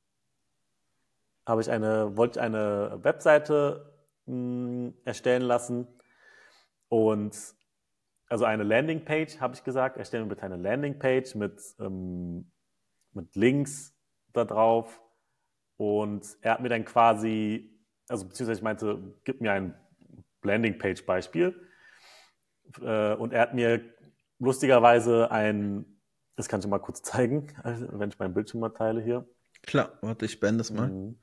ich eine Webseite erstellen lassen und also eine Landingpage, habe ich gesagt, erstellen wir bitte eine Landingpage mit Links da drauf und er hat mir dann quasi, also beziehungsweise ich meinte, gib mir ein Landingpage-Beispiel und er hat mir lustigerweise das kann ich mal kurz zeigen, wenn ich meinen Bildschirm mal teile hier. Klar, warte, ich beende es mal.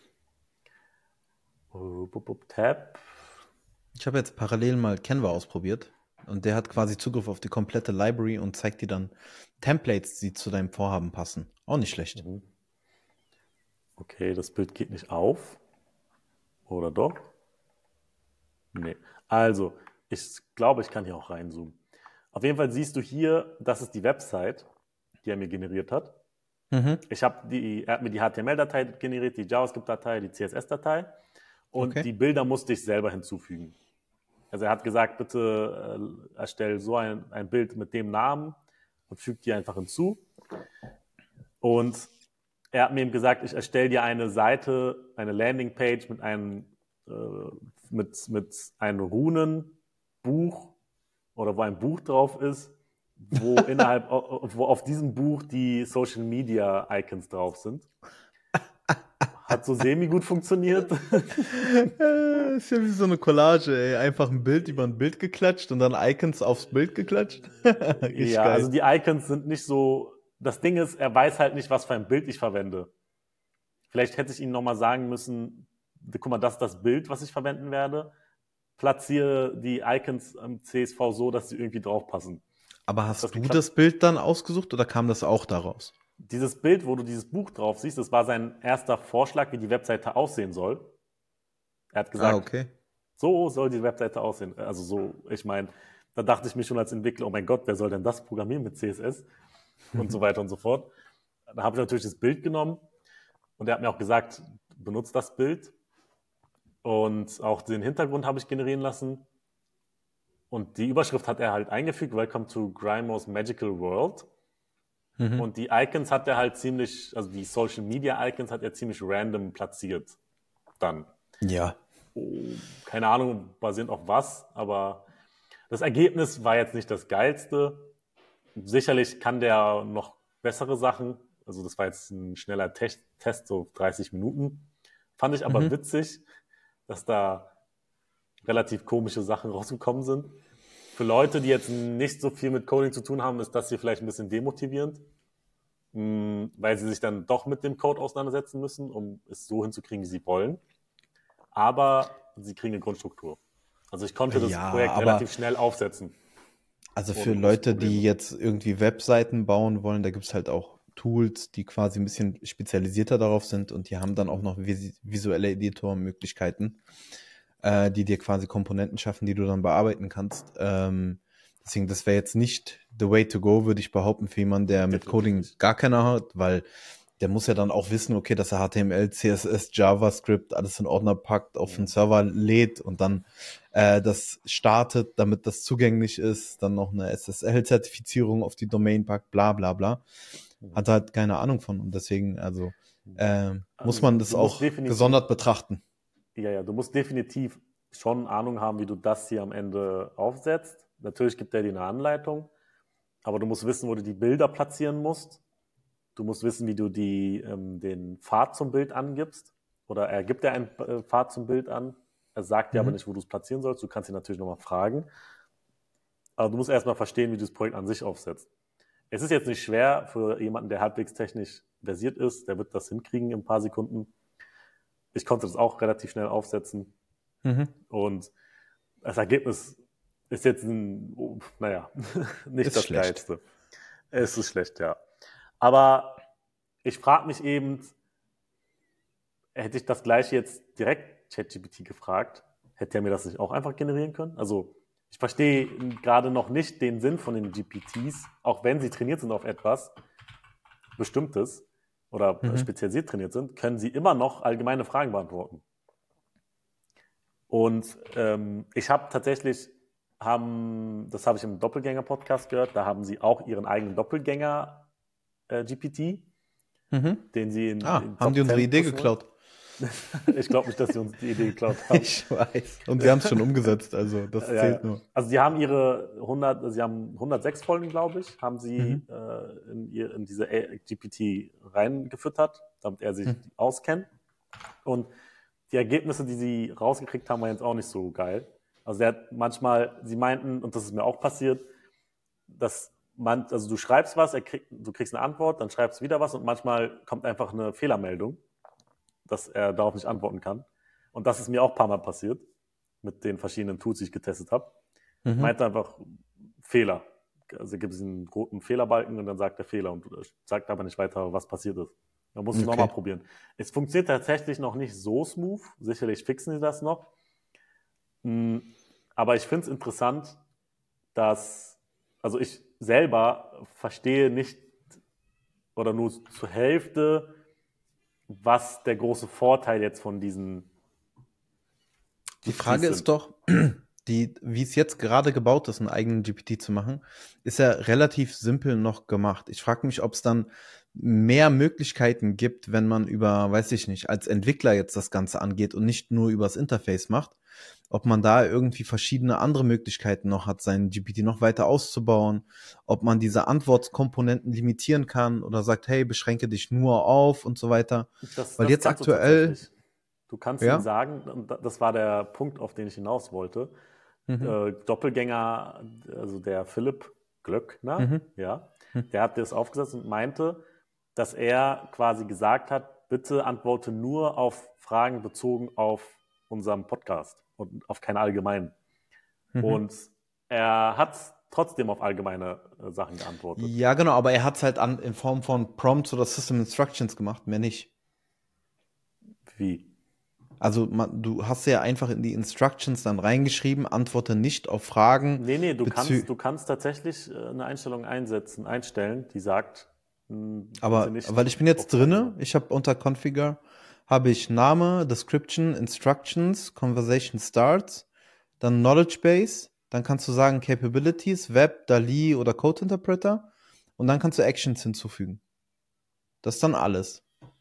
Tab. Ich habe jetzt parallel mal Canva ausprobiert und der hat quasi Zugriff auf die komplette Library und zeigt dir dann Templates, die zu deinem Vorhaben passen. Auch nicht schlecht. Okay, das Bild geht nicht auf. Oder doch? Nee. Also, ich glaube, ich kann hier auch reinzoomen. Auf jeden Fall siehst du hier, das ist die Website, die er mir generiert hat. Er hat mir die HTML-Datei generiert, die JavaScript-Datei, die CSS-Datei und die Bilder musste ich selber hinzufügen. Also er hat gesagt, bitte erstell so ein Bild mit dem Namen und füg die einfach hinzu. Und er hat mir eben gesagt, ich erstelle dir eine Seite, eine Landingpage mit einem Runenbuch oder wo ein Buch drauf ist, wo auf diesem Buch die Social Media Icons drauf sind. Hat so semi-gut funktioniert. Ist ja wie so eine Collage, ey. Einfach ein Bild über ein Bild geklatscht und dann Icons aufs Bild geklatscht. Ja, geil. Also die Icons sind nicht so. Das Ding ist, er weiß halt nicht, was für ein Bild ich verwende. Vielleicht hätte ich ihm nochmal sagen müssen, guck mal, das ist das Bild, was ich verwenden werde. Platziere die Icons am CSV so, dass sie irgendwie draufpassen. Aber hast du das Bild dann ausgesucht oder kam das auch daraus? Dieses Bild, wo du dieses Buch drauf siehst, das war sein erster Vorschlag, wie die Webseite aussehen soll. Er hat gesagt, so soll die Webseite aussehen. Also so, ich meine, da dachte ich mir schon als Entwickler, oh mein Gott, wer soll denn das programmieren mit CSS? Und so weiter und so fort. Da habe ich natürlich das Bild genommen und er hat mir auch gesagt, benutzt das Bild. Und auch den Hintergrund habe ich generieren lassen. Und die Überschrift hat er halt eingefügt, Welcome to Grimo's Magical World. Und die Icons hat er halt also die Social Media Icons hat er ziemlich random platziert. Dann. Ja. Keine Ahnung, basierend auf was, aber das Ergebnis war jetzt nicht das Geilste. Sicherlich kann der noch bessere Sachen. Also das war jetzt ein schneller Test, so 30 Minuten. Fand ich aber witzig, dass da relativ komische Sachen rausgekommen sind. Für Leute, die jetzt nicht so viel mit Coding zu tun haben, ist das hier vielleicht ein bisschen demotivierend, weil sie sich dann doch mit dem Code auseinandersetzen müssen, um es so hinzukriegen, wie sie wollen. Aber sie kriegen eine Grundstruktur. Also ich konnte das Projekt relativ schnell aufsetzen. Also für Leute, die jetzt irgendwie Webseiten bauen wollen, da gibt es halt auch Tools, die quasi ein bisschen spezialisierter darauf sind und die haben dann auch noch visuelle Editor-Möglichkeiten, die dir quasi Komponenten schaffen, die du dann bearbeiten kannst. Deswegen, das wäre jetzt nicht the way to go, würde ich behaupten, für jemanden, der mit Coding gar keine hat, weil der muss ja dann auch wissen, okay, dass er HTML, CSS, JavaScript, alles in Ordner packt, auf den Server lädt und dann das startet, damit das zugänglich ist, dann noch eine SSL-Zertifizierung auf die Domain packt, bla bla bla. Hat halt keine Ahnung von und deswegen, muss man das auch gesondert betrachten. Ja, du musst definitiv schon Ahnung haben, wie du das hier am Ende aufsetzt. Natürlich gibt er dir eine Anleitung, aber du musst wissen, wo du die Bilder platzieren musst. Du musst wissen, wie du den Pfad zum Bild angibst. Oder er gibt dir einen Pfad zum Bild an. Er sagt dir aber nicht, wo du es platzieren sollst. Du kannst ihn natürlich nochmal fragen. Aber du musst erstmal verstehen, wie du das Projekt an sich aufsetzt. Es ist jetzt nicht schwer für jemanden, der halbwegs technisch versiert ist. Der wird das hinkriegen in ein paar Sekunden. Ich konnte das auch relativ schnell aufsetzen. Und das Ergebnis ist jetzt nicht Ist das schlecht. Geilste. Es ist schlecht, ja. Aber ich frage mich eben, hätte ich das gleiche jetzt direkt ChatGPT gefragt, hätte er mir das nicht auch einfach generieren können? Also ich verstehe gerade noch nicht den Sinn von den GPTs, auch wenn sie trainiert sind auf etwas Bestimmtes oder spezialisiert trainiert sind, können sie immer noch allgemeine Fragen beantworten. Und ich habe tatsächlich, das habe ich im Doppelgänger-Podcast gehört, da haben sie auch ihren eigenen Doppelgänger-GPT, den sie in haben Top die unsere 10 Idee pushen wollen. geklaut? Ich glaube nicht, dass sie uns die Idee geklaut haben. Ich weiß. Und sie haben es schon umgesetzt, also das zählt nur. Also sie haben sie haben 106 Folgen, glaube ich, haben sie in diese GPT reingefüttert, damit er sich auskennt. Und die Ergebnisse, die sie rausgekriegt haben, waren jetzt auch nicht so geil. Also sie meinten, und das ist mir auch passiert, also du schreibst was, du kriegst eine Antwort, dann schreibst du wieder was und manchmal kommt einfach eine Fehlermeldung, dass er darauf nicht antworten kann. Und das ist mir auch ein paar Mal passiert mit den verschiedenen Tools, die ich getestet habe. Meinte einfach Fehler. Also gibt es einen roten Fehlerbalken und dann sagt er Fehler und sagt aber nicht weiter, was passiert ist. Man muss es nochmal probieren. Es funktioniert tatsächlich noch nicht so smooth. Sicherlich fixen sie das noch. Aber ich finde es interessant, also ich selber verstehe nicht oder nur zur Hälfte, was der große Vorteil jetzt von diesen Die Frage ist doch, wie es jetzt gerade gebaut ist, einen eigenen GPT zu machen, ist ja relativ simpel noch gemacht. Ich frage mich, ob es dann mehr Möglichkeiten gibt, wenn man weiß ich nicht, als Entwickler jetzt das Ganze angeht und nicht nur übers Interface macht, ob man da irgendwie verschiedene andere Möglichkeiten noch hat, seinen GPT noch weiter auszubauen, ob man diese Antwortkomponenten limitieren kann oder sagt, hey, beschränke dich nur auf und so weiter. Weil jetzt kannst du aktuell, tatsächlich. Du kannst ihm ja, sagen, und das war der Punkt, auf den ich hinaus wollte, Doppelgänger, also der Philipp Glöckner, der hat das aufgesetzt und meinte, dass er quasi gesagt hat, bitte antworte nur auf Fragen bezogen auf unserem Podcast und auf keine allgemeinen. Und er hat trotzdem auf allgemeine Sachen geantwortet. Ja, genau, aber er hat es halt in Form von Prompts oder System Instructions gemacht, mehr nicht. Wie? Also du hast ja einfach in die Instructions dann reingeschrieben, antworte nicht auf Fragen. Nee, du kannst tatsächlich eine Einstellung einstellen, die sagt, bitte Aber nicht weil ich bin jetzt auf Fragen drinne, antworten. ich habe unter Configure, habe ich Name, Description, Instructions, Conversation Starts, dann Knowledge Base, dann kannst du sagen Capabilities, Web, DALL-E oder Code Interpreter und dann kannst du Actions hinzufügen. Das ist dann alles.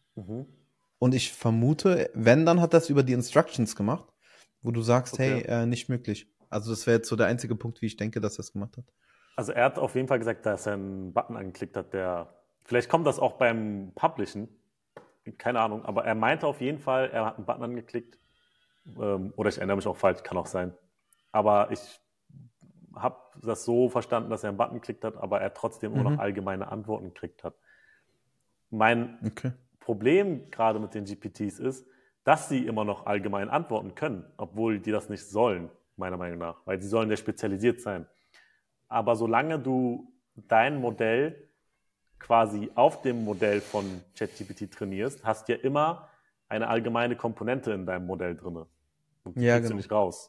Und ich vermute, wenn, dann hat das über die Instructions gemacht, wo du sagst, Okay. hey, nicht möglich. Also das wäre jetzt so der einzige Punkt, wie ich denke, dass er es gemacht hat. Also er hat auf jeden Fall gesagt, dass er einen Button angeklickt hat, vielleicht kommt das auch beim Publishen, keine Ahnung, aber er meinte auf jeden Fall, er hat einen Button angeklickt, oder ich erinnere mich auch falsch, kann auch sein. Aber ich habe das so verstanden, dass er einen Button geklickt hat, aber er trotzdem immer noch allgemeine Antworten gekriegt hat. Mein Problem gerade mit den GPTs ist, dass sie immer noch allgemein antworten können, obwohl die das nicht sollen, meiner Meinung nach, weil sie sollen ja spezialisiert sein. Aber solange du dein Modell quasi auf dem Modell von ChatGPT trainierst, hast du ja immer eine allgemeine Komponente in deinem Modell drin. Und die kriegst du nicht raus.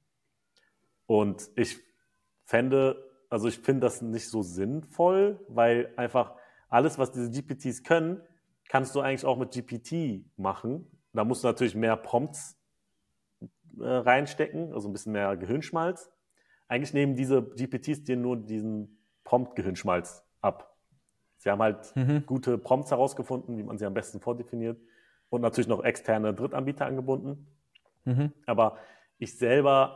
Und ich finde das nicht so sinnvoll, weil einfach alles, was diese GPTs können, kannst du eigentlich auch mit GPT machen. Da musst du natürlich mehr Prompts reinstecken, also ein bisschen mehr Gehirnschmalz. Eigentlich nehmen diese GPTs dir nur diesen Prompt-Gehirnschmalz ab. Sie haben halt gute Prompts herausgefunden, wie man sie am besten vordefiniert und natürlich noch externe Drittanbieter angebunden. Aber ich selber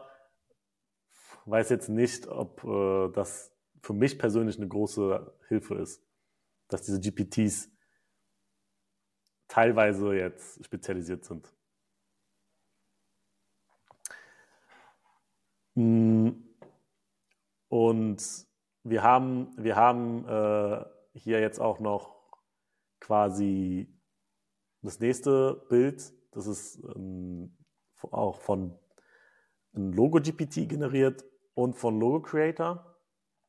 weiß jetzt nicht, ob das für mich persönlich eine große Hilfe ist, dass diese GPTs teilweise jetzt spezialisiert sind. Und wir haben hier jetzt auch noch quasi das nächste Bild. Das ist auch von ein Logo-GPT generiert und von Logo Creator.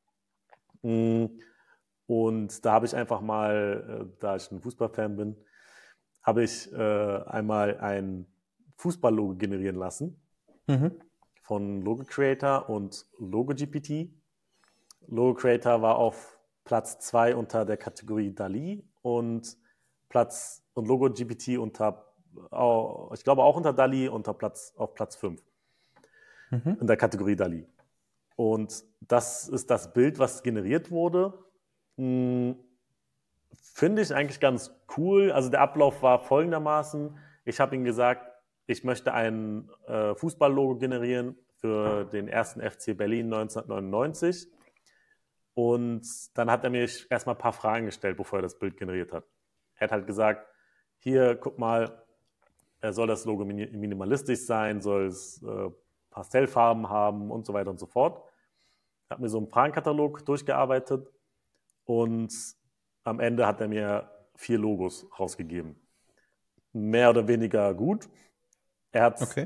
Und da habe ich einfach mal, da ich ein Fußballfan bin, habe ich einmal ein Fußball-Logo generieren lassen von Logo Creator und Logo GPT. Logo Creator war auf Platz 2 unter der Kategorie DALL-E und Logo GPT unter, ich glaube auch unter DALL-E auf Platz 5 in der Kategorie DALL-E. Und das ist das Bild, was generiert wurde. Finde ich eigentlich ganz cool. Also der Ablauf war folgendermaßen. Ich habe ihm gesagt, ich möchte ein Fußballlogo generieren für den ersten FC Berlin 1999. Und dann hat er mir erstmal ein paar Fragen gestellt, bevor er das Bild generiert hat. Er hat halt gesagt, hier, guck mal, soll das Logo minimalistisch sein, soll es Pastellfarben haben und so weiter und so fort. Er hat mir so einen Fragenkatalog durchgearbeitet und am Ende hat er mir 4 Logos rausgegeben. Mehr oder weniger gut. Er hat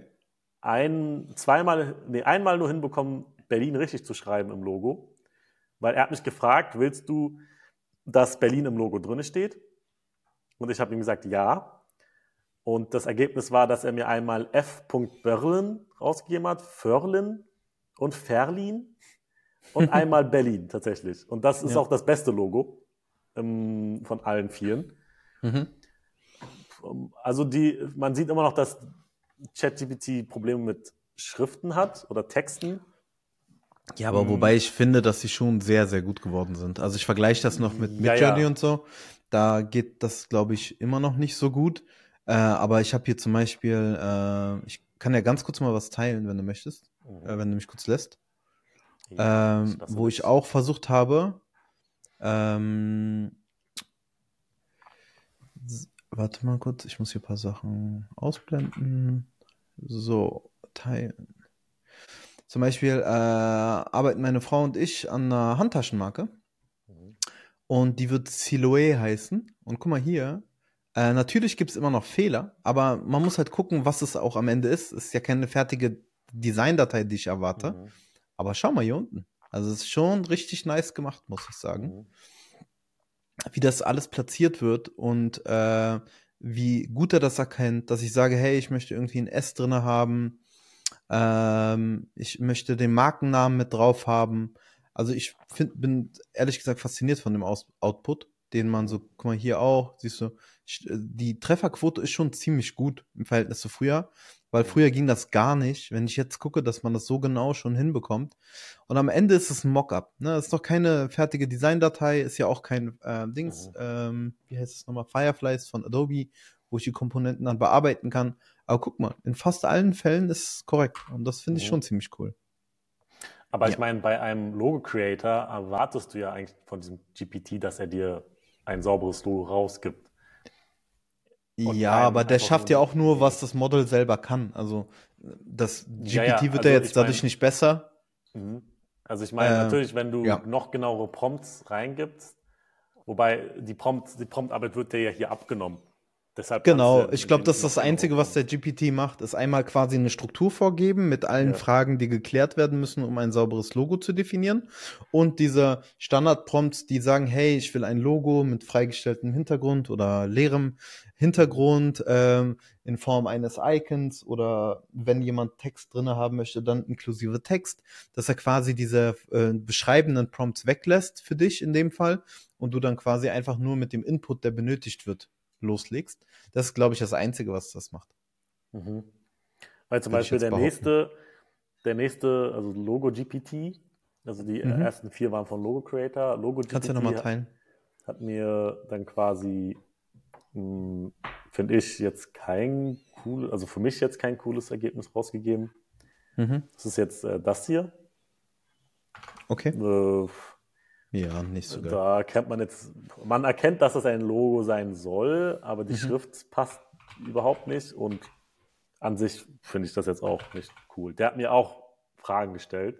einmal nur hinbekommen, Berlin richtig zu schreiben im Logo. Weil er hat mich gefragt, willst du, dass Berlin im Logo drin steht? Und ich habe ihm gesagt, ja. Und das Ergebnis war, dass er mir einmal F. Berlin rausgegeben hat, Förlin und Ferlin und einmal Berlin tatsächlich. Und das ist auch das beste Logo von allen 4. Also man sieht immer noch, dass ChatGPT Probleme mit Schriften hat oder Texten. Ja, aber wobei ich finde, dass sie schon sehr, sehr gut geworden sind. Also ich vergleiche das noch mit Midjourney und so. Da geht das, glaube ich, immer noch nicht so gut. Aber ich habe hier zum Beispiel, ich kann ja ganz kurz mal was teilen, wenn du möchtest, wenn du mich kurz lässt. Ja, wo ich auch versucht habe, warte mal kurz, ich muss hier ein paar Sachen ausblenden. So, teilen. Zum Beispiel arbeiten meine Frau und ich an einer Handtaschenmarke. Und die wird Siloé heißen. Und guck mal hier. Natürlich gibt es immer noch Fehler, aber man muss halt gucken, was es auch am Ende ist. Es ist ja keine fertige Designdatei, die ich erwarte. Aber schau mal hier unten. Also es ist schon richtig nice gemacht, muss ich sagen. Wie das alles platziert wird und wie gut er das erkennt, dass ich sage, hey, ich möchte irgendwie ein S drin haben. Ich möchte den Markennamen mit drauf haben. Also ich bin ehrlich gesagt fasziniert von dem Output, den man so, guck mal hier auch, siehst du, die Trefferquote ist schon ziemlich gut im Verhältnis zu früher, weil früher ging das gar nicht. Wenn ich jetzt gucke, dass man das so genau schon hinbekommt. Und am Ende ist es ein Mockup. Ne? Das ist doch keine fertige Designdatei, ist ja auch kein Dings, wie heißt es nochmal, Fireflies von Adobe, wo ich die Komponenten dann bearbeiten kann. Aber guck mal, in fast allen Fällen ist es korrekt. Und das finde ich schon ziemlich cool. Aber ich meine, bei einem Logo-Creator erwartest du ja eigentlich von diesem GPT, dass er dir ein sauberes Logo rausgibt. Ja, aber der schafft ja auch nur, was das Model selber kann. Also das GPT wird ja jetzt dadurch nicht besser. Also ich meine, natürlich, wenn du noch genauere Prompts reingibst, wobei die Promptarbeit wird dir ja hier abgenommen. Deshalb genau, ich glaube, das ist das Einzige, was der GPT macht, ist einmal quasi eine Struktur vorgeben mit allen Fragen, die geklärt werden müssen, um ein sauberes Logo zu definieren. Und diese Standard-Prompts, die sagen, hey, ich will ein Logo mit freigestelltem Hintergrund oder leerem Hintergrund in Form eines Icons oder wenn jemand Text drin haben möchte, dann inklusive Text, dass er quasi diese beschreibenden Prompts weglässt für dich in dem Fall und du dann quasi einfach nur mit dem Input, der benötigt wird, loslegst. Das ist, glaube ich, das Einzige, was das macht. Weil zum Beispiel der nächste, also Logo GPT, also die ersten 4 waren von Logo Creator. Logo GPT kannst du nochmal teilen? Hat mir dann quasi, finde ich, jetzt also für mich jetzt kein cooles Ergebnis rausgegeben. Das ist jetzt das hier. Okay. Ja, nicht so geil. Da erkennt man erkennt, dass das ein Logo sein soll, aber die Schrift passt überhaupt nicht und an sich finde ich das jetzt auch nicht cool. Der hat mir auch Fragen gestellt.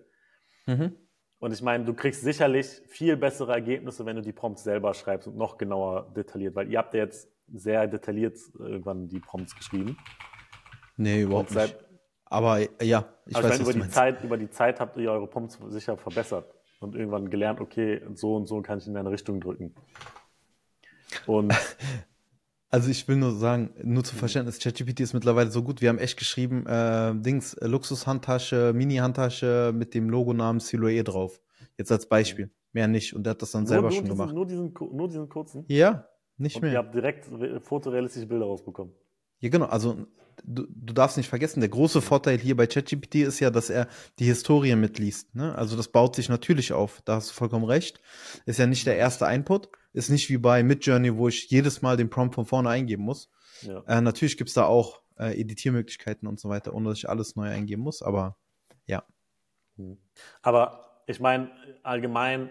Und ich meine, du kriegst sicherlich viel bessere Ergebnisse, wenn du die Prompts selber schreibst und noch genauer detailliert, weil ihr habt ja jetzt sehr detailliert irgendwann die Prompts geschrieben. Nee, überhaupt nicht. Aber ja, ich Aber weiß, ich was du meine, meinst. über die Zeit habt ihr eure Prompts sicher verbessert und irgendwann gelernt, okay, so und so kann ich in eine Richtung drücken. Und Also ich will nur sagen, nur zum Verständnis, ChatGPT ist mittlerweile so gut, wir haben echt geschrieben, Luxushandtasche, Mini-Handtasche mit dem Logonamen Silhouette drauf. Jetzt als Beispiel. Mehr nicht. Und der hat das dann selber schon gemacht. nur diesen kurzen. Ja, nicht Und ihr mehr. habt direkt fotorealistische Bilder rausbekommen. Ja, genau. Also du darfst nicht vergessen, der große Vorteil hier bei ChatGPT ist ja, dass er die Historie mitliest. Ne? Also das baut sich natürlich auf. Da hast du vollkommen recht. Ist ja nicht der erste Input. Ist nicht wie bei Midjourney, wo ich jedes Mal den Prompt von vorne eingeben muss. Ja. Natürlich gibt's da auch Editiermöglichkeiten und so weiter, ohne dass ich alles neu eingeben muss. Aber ja. Aber ich meine, allgemein,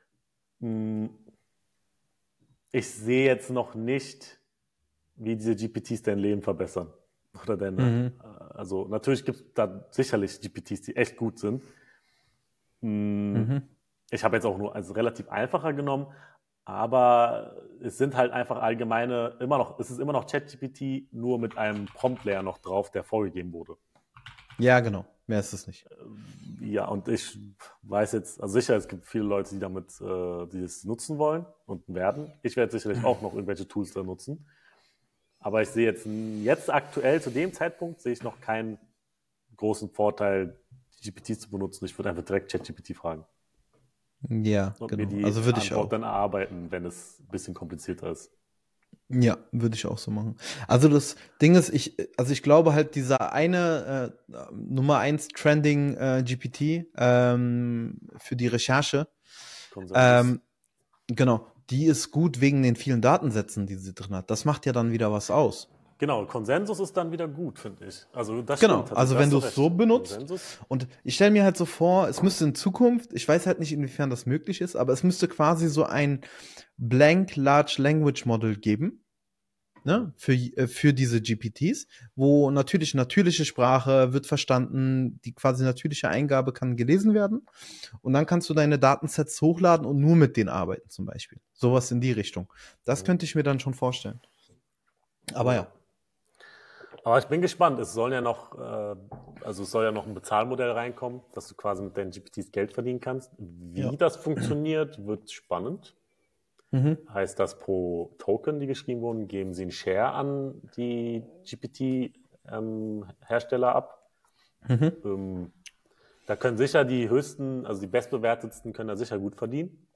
ich sehe jetzt noch nicht, wie diese GPTs dein Leben verbessern. Oder Mhm. also natürlich gibt es da sicherlich GPTs, die echt gut sind. Mhm. Ich habe jetzt auch nur als relativ einfacher genommen, aber es sind halt einfach es ist immer noch ChatGPT, nur mit einem Prompt-Layer noch drauf, der vorgegeben wurde. Ja, genau. Mehr ist es nicht. Ja, und ich weiß jetzt, also sicher, es gibt viele Leute, die es nutzen wollen und werden. Ich werde sicherlich auch noch irgendwelche Tools da nutzen. Aber ich sehe jetzt aktuell, zu dem Zeitpunkt, sehe ich noch keinen großen Vorteil, die GPTs zu benutzen. Ich würde einfach direkt ChatGPT fragen Ja, und mir genau. die Also würde ich Antwort auch. dann erarbeiten, wenn es ein bisschen komplizierter ist. Ja, würde ich auch so machen. Also das Ding ist, ich glaube halt, dieser eine Nummer eins Trending GPT für die Recherche, Konsensus. ähm, genau, die ist gut wegen den vielen Datensätzen, die sie drin hat. Das macht ja dann wieder was aus. Genau, Konsensus ist dann wieder gut, finde ich. Also das stimmt Genau, tatsächlich, also da wenn hast du du es so recht. benutzt Konsensus. und ich stelle mir halt so vor, es müsste in Zukunft, ich weiß halt nicht, inwiefern das möglich ist, aber es müsste quasi so ein Blank Large Language Model geben, ne, für diese GPTs, wo natürlich natürliche Sprache wird verstanden, die quasi natürliche Eingabe kann gelesen werden und dann kannst du deine Datensets hochladen und nur mit denen arbeiten zum Beispiel. Sowas in die Richtung. Das könnte ich mir dann schon vorstellen. Aber Ja. ja. Aber ich bin gespannt. Es soll ja noch ein Bezahlmodell reinkommen, dass du quasi mit deinen GPTs Geld verdienen kannst. Ja. Wie das funktioniert, wird spannend. Mhm. Heißt das, pro Token, die geschrieben wurden, geben sie einen Share an die GPT-Hersteller ab? Mhm. Da können sicher also die bestbewertetsten können da sicher gut verdienen.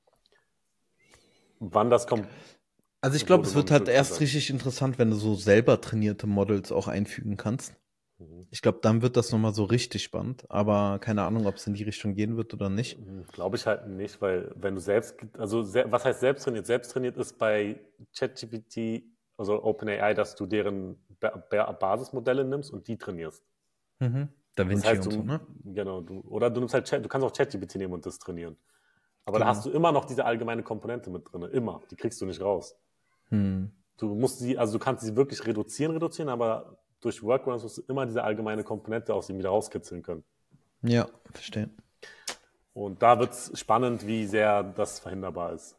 Wann das kommt, Also ich glaube, wurde es noch wird nicht halt wirklich erst gesagt. richtig interessant, wenn du so selber trainierte Models auch einfügen kannst. Ich glaube, dann wird das nochmal so richtig spannend. Aber keine Ahnung, ob es in die Richtung gehen wird oder nicht. Glaube ich halt nicht, weil wenn du was heißt selbst trainiert? Selbst trainiert ist bei ChatGPT, also OpenAI, dass du deren Basismodelle nimmst und die trainierst. Mhm. Da Das Vinci heißt, und so, ne? oder du nimmst halt du kannst auch ChatGPT nehmen und das trainieren. Aber da hast Genau. du immer noch diese allgemeine Komponente mit drin. Immer. Die kriegst du nicht raus. Hm. Du kannst sie wirklich reduzieren, aber durch Workarounds musst du immer diese allgemeine Komponente aus ihm wieder rauskitzeln können. Ja, verstehe. Und da wird es spannend, wie sehr das verhinderbar ist.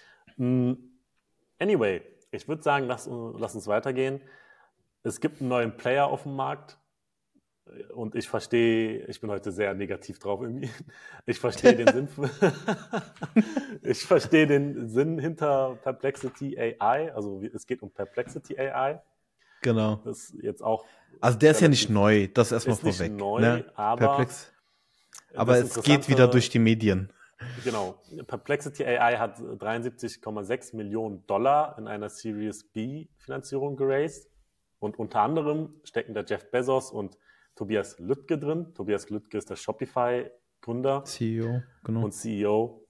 Anyway, ich würde sagen, lass uns weitergehen. Es gibt einen neuen Player auf dem Markt und ich bin heute sehr negativ drauf irgendwie. Ich verstehe den Sinn, ich verstehe den Sinn hinter Perplexity AI. Also es geht um Perplexity AI. Genau. Das ist jetzt auch Also der ist ja nicht relativ, neu, das erstmal ist nicht vorweg, neu, ne? aber Perplex. Aber das es geht wieder durch Interessante, die Medien. genau, Perplexity AI hat 73,6 Millionen Dollar in einer Series B Finanzierung geraced. Und unter anderem stecken da Jeff Bezos und Tobias Lütke drin. Tobias Lütke ist der Shopify-Gründer CEO, genau. und CEO.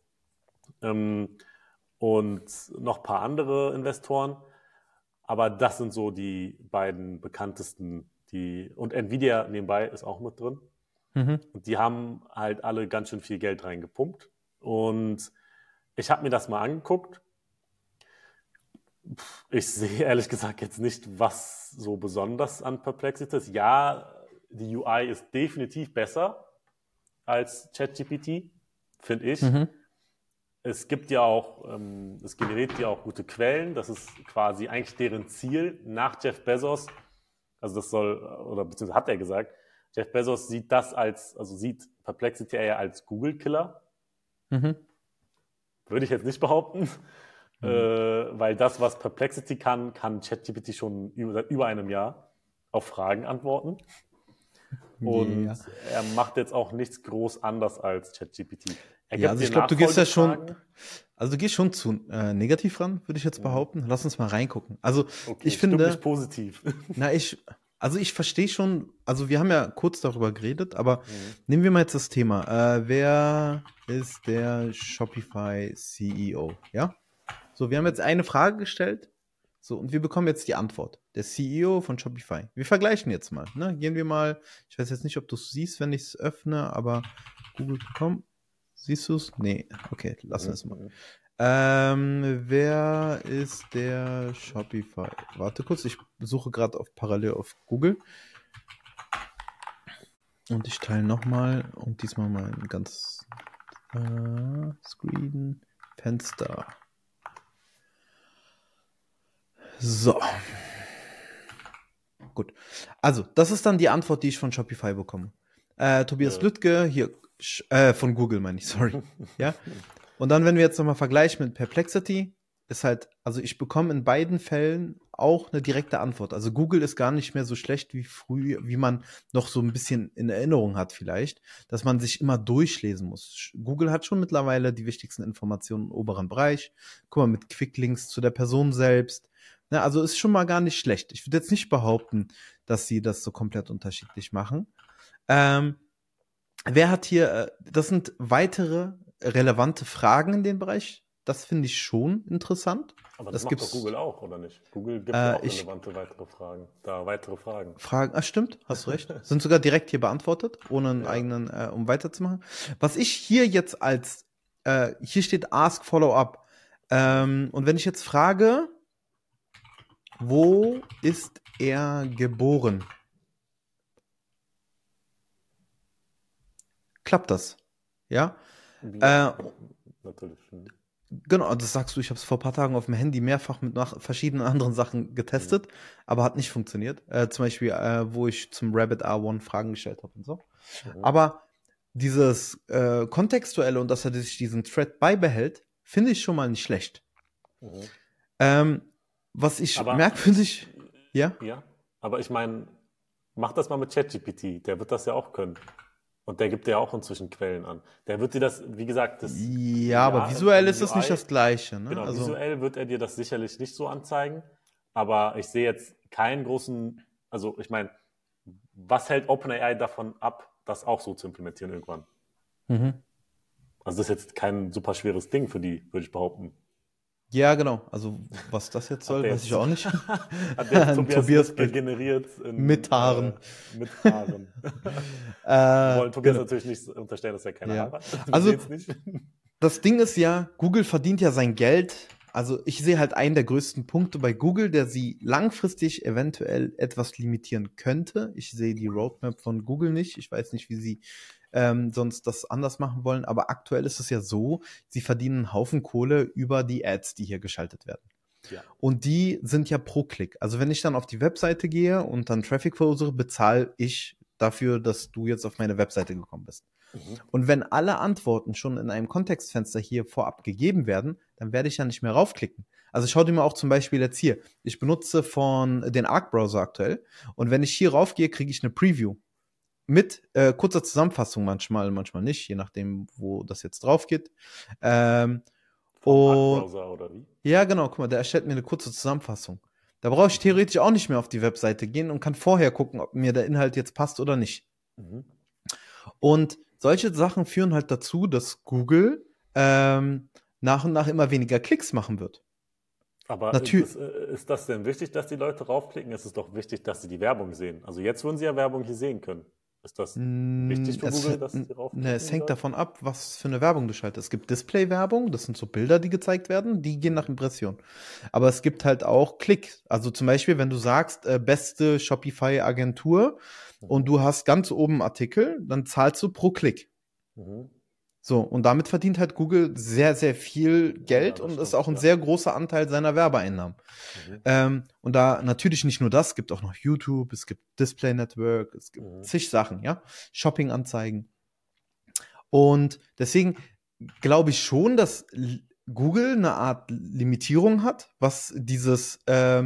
Und noch ein paar andere Investoren. Aber das sind so die beiden bekanntesten. Und Nvidia nebenbei ist auch mit drin. Mhm. Und die haben halt alle ganz schön viel Geld reingepumpt. Und ich habe mir das mal angeguckt. Ich sehe ehrlich gesagt jetzt nicht, was so besonders an Perplexity ist. Ja, die UI ist definitiv besser als ChatGPT, finde ich. Mhm. Es generiert ja auch gute Quellen. Das ist quasi eigentlich deren Ziel nach Jeff Bezos. Also das soll, oder beziehungsweise hat er gesagt, Jeff Bezos sieht sieht Perplexity eher als Google-Killer. Mhm. Würde ich jetzt nicht behaupten, weil das, was Perplexity kann ChatGPT schon seit über einem Jahr auf Fragen antworten. Und Ja. er macht jetzt auch nichts groß anders als ChatGPT. Ja, also ich glaube, du gehst ja schon, also du gehst schon zu negativ ran, würde ich jetzt behaupten. Lass uns mal reingucken. Also Okay, ich finde, mich positiv. also ich verstehe schon, also wir haben ja kurz darüber geredet, aber nehmen wir mal jetzt das Thema. Wer ist der Shopify CEO? Ja? So, wir haben jetzt eine Frage gestellt. So, und wir bekommen jetzt die Antwort. Der CEO von Shopify. Wir vergleichen jetzt mal. Ne? Gehen wir mal, ich weiß jetzt nicht, ob du es siehst, wenn ich es öffne, aber google.com. Siehst du es? Nee, okay, lassen wir es mal. Wer ist der Shopify? Warte kurz, ich suche gerade parallel auf Google. Und ich teile nochmal und diesmal mal ein ganz Screen, Fenster. So. Gut. Also, das ist dann die Antwort, die ich von Shopify bekomme. Tobias Lüttke, hier, von Google meine ich, sorry. Ja. Und dann, wenn wir jetzt nochmal vergleichen mit Perplexity, ist halt, also ich bekomme in beiden Fällen auch eine direkte Antwort. Also Google ist gar nicht mehr so schlecht wie früher, wie man noch so ein bisschen in Erinnerung hat vielleicht, dass man sich immer durchlesen muss. Google hat schon mittlerweile die wichtigsten Informationen im oberen Bereich. Guck mal, mit Quicklinks zu der Person selbst. Ne, also ist schon mal gar nicht schlecht. Ich würde jetzt nicht behaupten, dass sie das so komplett unterschiedlich machen. Wer hat hier, das sind weitere relevante Fragen in dem Bereich. Das finde ich schon interessant. Aber das macht doch Google auch, oder nicht? Google gibt ja auch relevante weitere Fragen. Stimmt, hast du recht. Sind sogar direkt hier beantwortet, ohne einen eigenen, um weiterzumachen. Was ich hier jetzt hier steht Ask Follow-up. Und wenn ich jetzt frage, wo ist er geboren? Klappt das? Ja? Natürlich. Genau, das sagst du, ich habe es vor ein paar Tagen auf dem Handy mehrfach mit verschiedenen anderen Sachen getestet, aber hat nicht funktioniert. Zum Beispiel, wo ich zum Rabbit R1 Fragen gestellt habe und so. Aber dieses Kontextuelle und dass er sich diesen Thread beibehält, finde ich schon mal nicht schlecht. Was ich merkwürdig... Ja? Ja, aber ich meine, mach das mal mit ChatGPT, der wird das ja auch können. Und der gibt ja auch inzwischen Quellen an. Der wird dir das, wie gesagt, aber visuell ist das nicht das Gleiche. Ne? Genau, visuell wird er dir das sicherlich nicht so anzeigen. Aber ich sehe jetzt keinen großen, also ich meine, was hält OpenAI davon ab, das auch so zu implementieren irgendwann? Also das ist jetzt kein super schweres Ding für die, würde ich behaupten. Ja, genau. Also was das jetzt soll, weiß ich auch nicht. Hat der Tobias generiert mit Haaren. Mit Haaren. Wir wollen Tobias natürlich nicht unterstellen, dass er keine Haare hat. Also das Ding ist ja, Google verdient ja sein Geld. Also ich sehe halt einen der größten Punkte bei Google, der sie langfristig eventuell etwas limitieren könnte. Ich sehe die Roadmap von Google nicht. Ich weiß nicht, wie sie sonst das anders machen wollen. Aber aktuell ist es ja so, sie verdienen einen Haufen Kohle über die Ads, die hier geschaltet werden. Ja. Und die sind ja pro Klick. Also wenn ich dann auf die Webseite gehe und dann Traffic verursache, bezahle ich dafür, dass du jetzt auf meine Webseite gekommen bist. Und wenn alle Antworten schon in einem Kontextfenster hier vorab gegeben werden, dann werde ich ja nicht mehr raufklicken. Also schau dir mal auch zum Beispiel jetzt hier. Ich benutze den Arc-Browser aktuell. Und wenn ich hier raufgehe, kriege ich eine Preview. Mit kurzer Zusammenfassung manchmal nicht, je nachdem, wo das jetzt drauf geht. Vom Arc-Browser oder wie? Ja, genau, guck mal, der erstellt mir eine kurze Zusammenfassung. Da brauche ich theoretisch auch nicht mehr auf die Webseite gehen und kann vorher gucken, ob mir der Inhalt jetzt passt oder nicht. Und solche Sachen führen halt dazu, dass Google nach und nach immer weniger Klicks machen wird. Aber ist das denn wichtig, dass die Leute raufklicken? Es ist doch wichtig, dass sie die Werbung sehen. Also jetzt würden sie ja Werbung hier sehen können. Ist das wichtig für Google, dass sie raufklicken? Es hängt davon ab, was für eine Werbung du schaltest. Es gibt Display-Werbung, das sind so Bilder, die gezeigt werden, die gehen nach Impression. Aber es gibt halt auch Klick. Also zum Beispiel, wenn du sagst, beste Shopify-Agentur und du hast ganz oben Artikel, dann zahlst du pro Klick. So, und damit verdient halt Google sehr, sehr viel Geld das und ist stimmt, auch ein sehr großer Anteil seiner Werbeeinnahmen. Und da natürlich nicht nur das, es gibt auch noch YouTube, es gibt Display Network, es gibt zig Sachen, ja, Shopping-Anzeigen. Und deswegen glaube ich schon, dass Google eine Art Limitierung hat, was dieses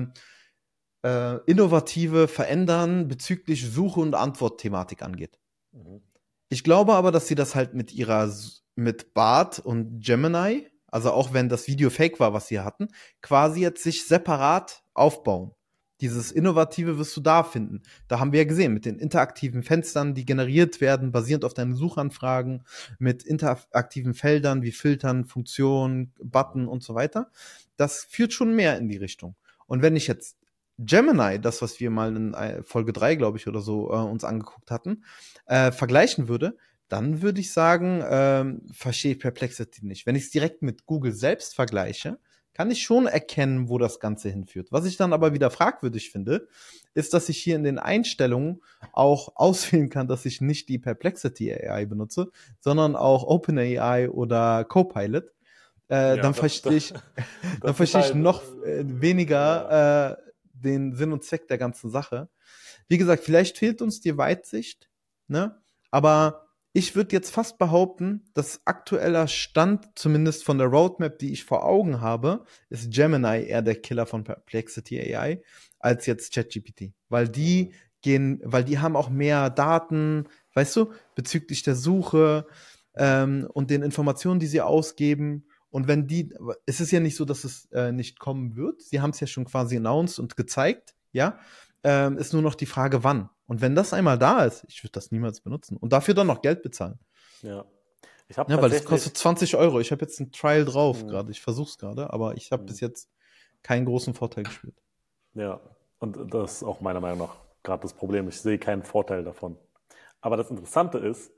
innovative Verändern bezüglich Suche- und Antwort-Thematik angeht. Ich glaube aber, dass sie das halt mit Bart und Gemini, also auch wenn das Video fake war, was sie hatten, quasi jetzt sich separat aufbauen. Dieses Innovative wirst du da finden. Da haben wir ja gesehen, mit den interaktiven Fenstern, die generiert werden, basierend auf deinen Suchanfragen, mit interaktiven Feldern wie Filtern, Funktionen, Button und so weiter. Das führt schon mehr in die Richtung. Und wenn ich jetzt Gemini, das, was wir mal in Folge 3, glaube ich, oder so uns angeguckt hatten, vergleichen würde, dann würde ich sagen, verstehe ich Perplexity nicht. Wenn ich es direkt mit Google selbst vergleiche, kann ich schon erkennen, wo das Ganze hinführt. Was ich dann aber wieder fragwürdig finde, ist, dass ich hier in den Einstellungen auch auswählen kann, dass ich nicht die Perplexity AI benutze, sondern auch OpenAI oder Copilot. Dann verstehe ich, dann verstehe ich halt, noch weniger den Sinn und Zweck der ganzen Sache. Wie gesagt, vielleicht fehlt uns die Weitsicht, ne? Aber ich würde jetzt fast behaupten, dass aktueller Stand, zumindest von der Roadmap, die ich vor Augen habe, ist Gemini eher der Killer von Perplexity AI als jetzt ChatGPT. Weil die haben auch mehr Daten, weißt du, bezüglich der Suche und den Informationen, die sie ausgeben. Und wenn es ist ja nicht so, dass es nicht kommen wird. Sie haben es ja schon quasi announced und gezeigt, ja. Ist nur noch die Frage, wann. Und wenn das einmal da ist, ich würde das niemals benutzen. Und dafür dann noch Geld bezahlen. Ja. Ich habe Ja, weil es kostet tatsächlich, 20 Euro. Ich habe jetzt einen Trial drauf gerade. Ich versuche es gerade, aber ich habe bis jetzt keinen großen Vorteil gespürt. ja, und das ist auch meiner Meinung nach gerade das Problem. Ich sehe keinen Vorteil davon. Aber das Interessante ist,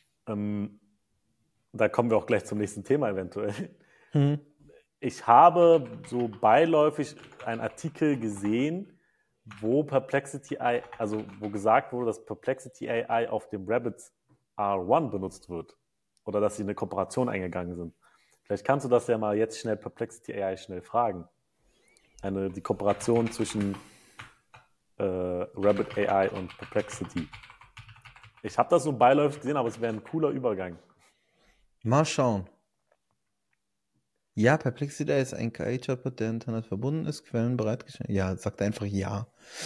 da kommen wir auch gleich zum nächsten Thema eventuell. Ich habe so beiläufig einen Artikel gesehen, wo Perplexity AI, also wo gesagt wurde, dass Perplexity AI auf dem Rabbit R1 benutzt wird. Oder dass sie eine Kooperation eingegangen sind. Vielleicht kannst du das ja mal jetzt schnell Perplexity AI schnell fragen. Die Kooperation zwischen Rabbit AI und Perplexity. Ich habe das so beiläufig gesehen, aber es wäre ein cooler Übergang. Mal schauen. Ja, Perplexity ist ein KI-Chatbot, der Internet verbunden ist, Quellen bereitgestellt. Ja, sagt einfach ja.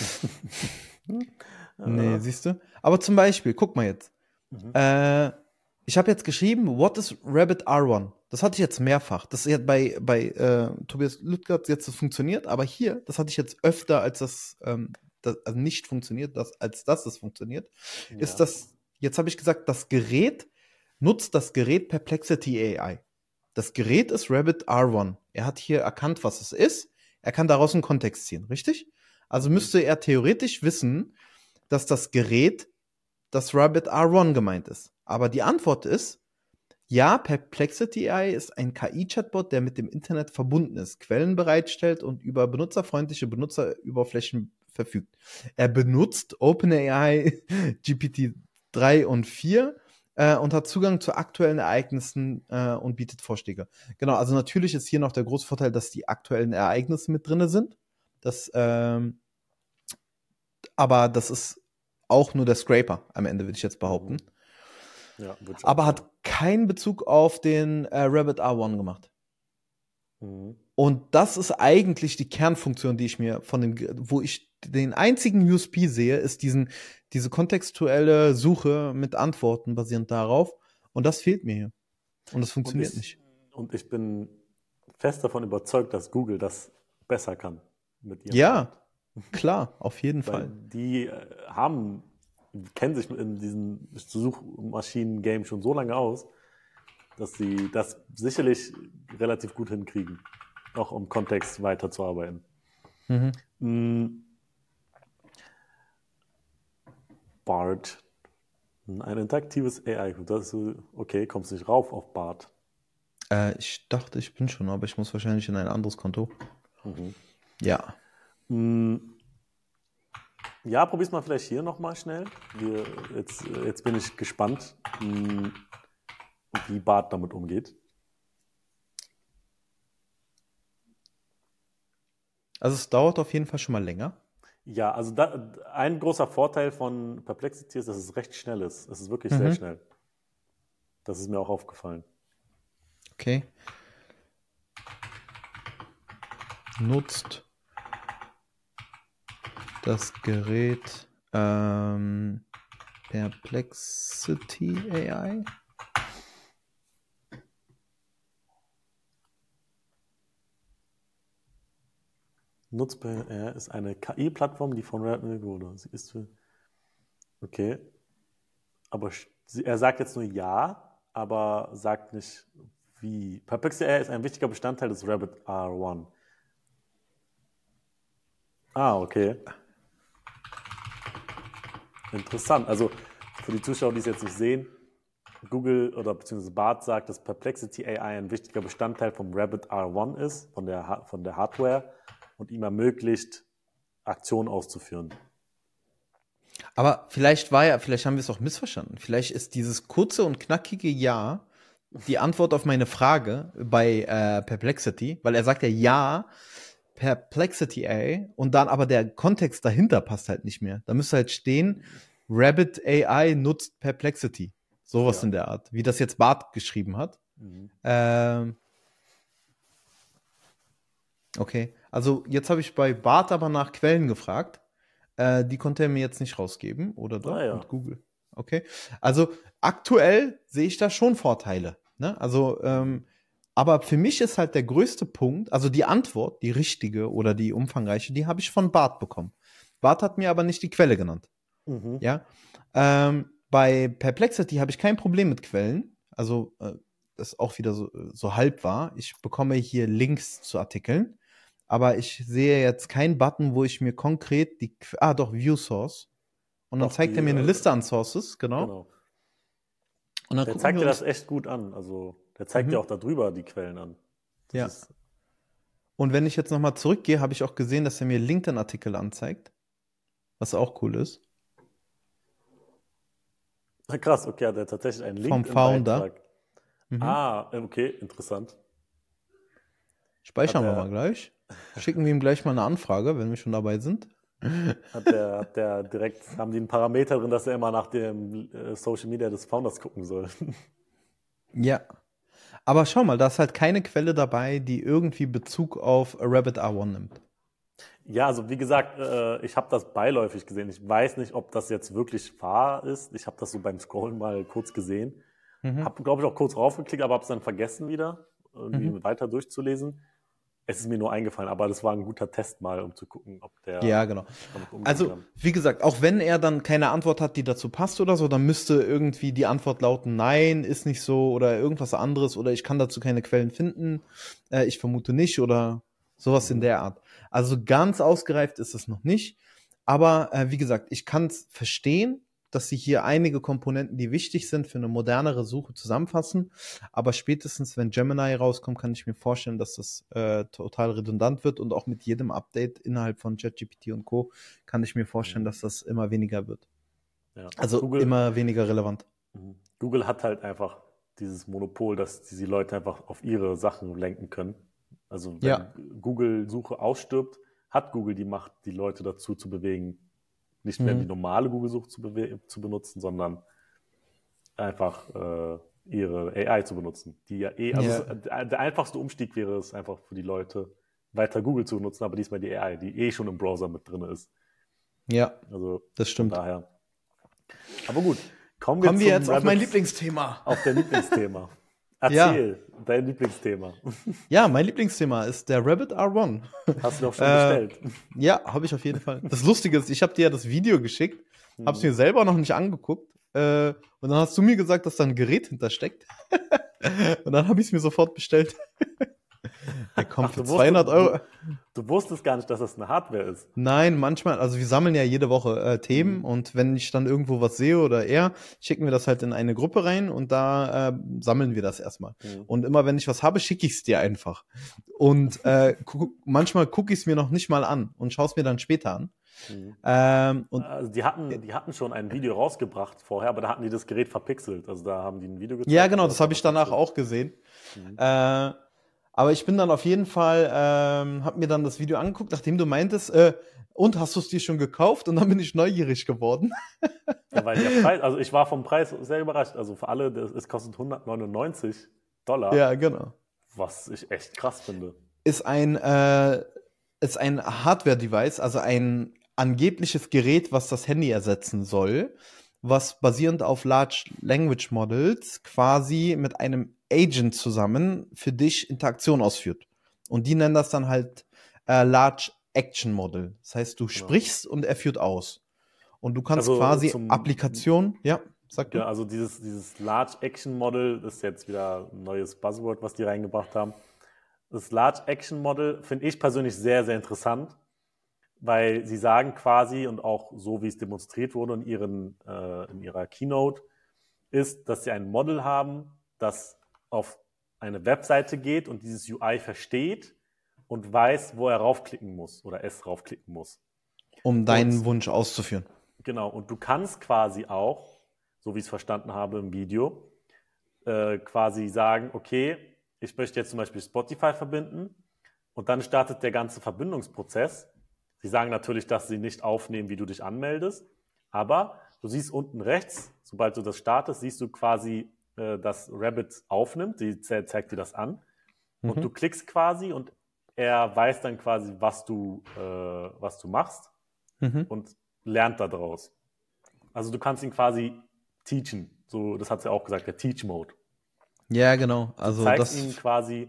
Nee, siehst du? Aber zum Beispiel, guck mal jetzt. Ich habe jetzt geschrieben, what is Rabbit R1? Das hatte ich jetzt mehrfach. Das hat bei Tobias Lüttgert jetzt das funktioniert, aber hier, das hatte ich jetzt öfter, als das also nicht funktioniert, als das funktioniert. Ja. Ist das, jetzt habe ich gesagt, nutzt das Gerät Perplexity AI. Das Gerät ist Rabbit R1. Er hat hier erkannt, was es ist. Er kann daraus einen Kontext ziehen, richtig? Also müsste er theoretisch wissen, dass das Gerät das Rabbit R1 gemeint ist. Aber die Antwort ist, ja, Perplexity AI ist ein KI-Chatbot, der mit dem Internet verbunden ist, Quellen bereitstellt und über benutzerfreundliche Benutzeroberflächen verfügt. Er benutzt OpenAI GPT-3 und 4 und hat Zugang zu aktuellen Ereignissen und bietet Vorschläge. Genau, also natürlich ist hier noch der große Vorteil, dass die aktuellen Ereignisse mit drin sind. Aber das ist auch nur der Scraper am Ende, würde ich jetzt behaupten. Ja, würde ich auch Aber sagen. hat keinen Bezug auf den Rabbit R1 gemacht. Und das ist eigentlich die Kernfunktion, die ich mir wo ich den einzigen USP sehe, ist diese kontextuelle Suche mit Antworten basierend darauf. Und das fehlt mir hier. Und das funktioniert nicht. Und ich bin fest davon überzeugt, dass Google das besser kann mit ihrem Ja, Art. klar, auf jeden Weil Fall. die kennen sich in diesem Suchmaschinen-Game schon so lange aus, dass sie das sicherlich relativ gut hinkriegen, auch im Kontext weiterzuarbeiten. Bart. Ein interaktives AI. Okay, kommst nicht rauf auf Bart. Ich dachte, ich bin schon, aber ich muss wahrscheinlich in ein anderes Konto. Ja. Ja, probier's mal vielleicht hier nochmal schnell. Jetzt bin ich gespannt, wie Bart damit umgeht. Also es dauert auf jeden Fall schon mal länger. Ja, also ein großer Vorteil von Perplexity ist, dass es recht schnell ist. Es ist wirklich sehr schnell. Das ist mir auch aufgefallen. Okay. Nutzt das Gerät Perplexity AI? Nutzbar ist eine KI-Plattform, die von Redmi wurde. Sie ist für. Okay. Aber er sagt jetzt nur ja, aber sagt nicht wie. Perplexity AI ist ein wichtiger Bestandteil des Rabbit R1. Ah, okay. Interessant. Also für die Zuschauer, die es jetzt nicht sehen, Google oder beziehungsweise Bart sagt, dass Perplexity AI ein wichtiger Bestandteil vom Rabbit R1 ist, von der Hardware und ihm ermöglicht, Aktionen auszuführen. Aber vielleicht haben wir es auch missverstanden. Vielleicht ist dieses kurze und knackige Ja die Antwort auf meine Frage bei Perplexity, weil er sagt ja, Perplexity AI und dann aber der Kontext dahinter passt halt nicht mehr. Da müsste halt stehen, Rabbit AI nutzt Perplexity. Sowas in der Art, wie das jetzt Bart geschrieben hat. Okay, also jetzt habe ich bei Bart aber nach Quellen gefragt. Die konnte er mir jetzt nicht rausgeben, oder doch? Ja. Und Google. Okay, also aktuell sehe ich da schon Vorteile. Ne? Also, aber für mich ist halt der größte Punkt, also die Antwort, die richtige oder die umfangreiche, die habe ich von Bart bekommen. Bart hat mir aber nicht die Quelle genannt. Ja. Bei Perplexity habe ich kein Problem mit Quellen. Also, das ist auch wieder so halb wahr. Ich bekomme hier Links zu Artikeln. Aber ich sehe jetzt keinen Button, wo ich mir konkret doch, View Source. Und dann zeigt er mir eine Liste an Sources, genau. Und dann der zeigt dir das echt gut an. Also, der zeigt dir auch darüber die Quellen an. Und wenn ich jetzt nochmal zurückgehe, habe ich auch gesehen, dass er mir LinkedIn-Artikel anzeigt. Was auch cool ist. Na krass, okay, hat er tatsächlich einen LinkedIn-Beitrag. Vom Founder. Okay, interessant. Speichern wir mal gleich. Schicken wir ihm gleich mal eine Anfrage, wenn wir schon dabei sind. Hat der direkt, haben die einen Parameter drin, dass er immer nach dem Social Media des Founders gucken soll. Ja. Aber schau mal, da ist halt keine Quelle dabei, die irgendwie Bezug auf Rabbit R1 nimmt. Ja, also wie gesagt, ich habe das beiläufig gesehen. Ich weiß nicht, ob das jetzt wirklich wahr ist. Ich habe das so beim Scrollen mal kurz gesehen. Habe, glaube ich, auch kurz raufgeklickt, aber habe es dann vergessen wieder, irgendwie weiter durchzulesen. Es ist mir nur eingefallen, aber das war ein guter Test mal, um zu gucken, ob der... Ja, genau. Also, wie gesagt, auch wenn er dann keine Antwort hat, die dazu passt oder so, dann müsste irgendwie die Antwort lauten, nein, ist nicht so oder irgendwas anderes oder ich kann dazu keine Quellen finden, ich vermute nicht oder sowas in der Art. Also ganz ausgereift ist es noch nicht, aber wie gesagt, ich kann es verstehen, dass sie hier einige Komponenten, die wichtig sind für eine modernere Suche, zusammenfassen. Aber spätestens, wenn Gemini rauskommt, kann ich mir vorstellen, dass das total redundant wird. Und auch mit jedem Update innerhalb von ChatGPT und Co. kann ich mir vorstellen, dass das immer weniger wird. Ja. Also Google, immer weniger relevant. Google hat halt einfach dieses Monopol, dass die Leute einfach auf ihre Sachen lenken können. Also wenn Google-Suche ausstirbt, hat Google die Macht, die Leute dazu zu bewegen, nicht mehr die normale Google-Suche zu benutzen, sondern einfach ihre AI zu benutzen. Die der einfachste Umstieg wäre es einfach für die Leute, weiter Google zu benutzen, aber diesmal die AI, die schon im Browser mit drin ist. Ja, also das stimmt. Von daher. Aber gut, kommen wir jetzt auf mein Lieblingsthema. Auf dein Lieblingsthema. Erzähl, dein Lieblingsthema. Ja, mein Lieblingsthema ist der Rabbit R1. Hast du doch schon bestellt. Ja, habe ich auf jeden Fall. Das Lustige ist, ich habe dir ja das Video geschickt, habe es mir selber noch nicht angeguckt und dann hast du mir gesagt, dass da ein Gerät hintersteckt. Und dann habe ich es mir sofort bestellt. Der kommt für 200 Euro. Du wusstest gar nicht, dass das eine Hardware ist. Nein, manchmal, also wir sammeln ja jede Woche Themen und wenn ich dann irgendwo was sehe oder er, schicken wir das halt in eine Gruppe rein und da sammeln wir das erstmal. Und immer wenn ich was habe, schicke ich es dir einfach. Und manchmal gucke ich es mir noch nicht mal an und schaue es mir dann später an. Mhm. Und Also die hatten schon ein Video rausgebracht vorher, aber da hatten die das Gerät verpixelt. Also da haben die ein Video ja, gezeigt und genau, da das ist er habe ich danach verpixelt. auch gesehen. Mhm. Äh, aber ich bin dann auf jeden Fall, habe mir dann das Video angeguckt, nachdem du meintest, und hast du es dir schon gekauft? Und dann bin ich neugierig geworden. Ja, weil der Preis, also ich war vom Preis sehr überrascht. Also für alle, es kostet $199, Ja, genau. was ich echt krass finde. Ist ein, äh, ist ein Hardware-Device, also ein angebliches Gerät, was das Handy ersetzen soll, was basierend auf Large Language Models quasi mit einem Agent zusammen für dich Interaktion ausführt. Und die nennen das dann halt Large Action Model. Das heißt, du Genau. sprichst und er führt aus. Und du kannst Also quasi Applikationen, ja, sag du? ja, also dieses Large Action Model ist jetzt wieder ein neues Buzzword, was die reingebracht haben. Das Large Action Model finde ich persönlich sehr, sehr interessant, weil sie sagen quasi und auch so, wie es demonstriert wurde in ihrer Keynote, ist, dass sie ein Model haben, das auf eine Webseite geht und dieses UI versteht und weiß, wo er raufklicken muss oder es raufklicken muss. Um Und deinen Wunsch auszuführen. genau, und du kannst quasi auch, so wie ich es verstanden habe im Video, quasi sagen, okay, ich möchte jetzt zum Beispiel Spotify verbinden und dann startet der ganze Verbindungsprozess. Sie sagen natürlich, dass sie nicht aufnehmen, wie du dich anmeldest, aber du siehst unten rechts, sobald du das startest, siehst du quasi, dass Rabbit aufnimmt, die zeigt dir das an und Mhm. du klickst quasi und er weiß dann quasi, was du machst Mhm. und lernt daraus. Also du kannst ihn quasi teachen. So, das hat sie ja auch gesagt, der Teach-Mode. Ja, genau. Du Also zeigst ihm das, quasi,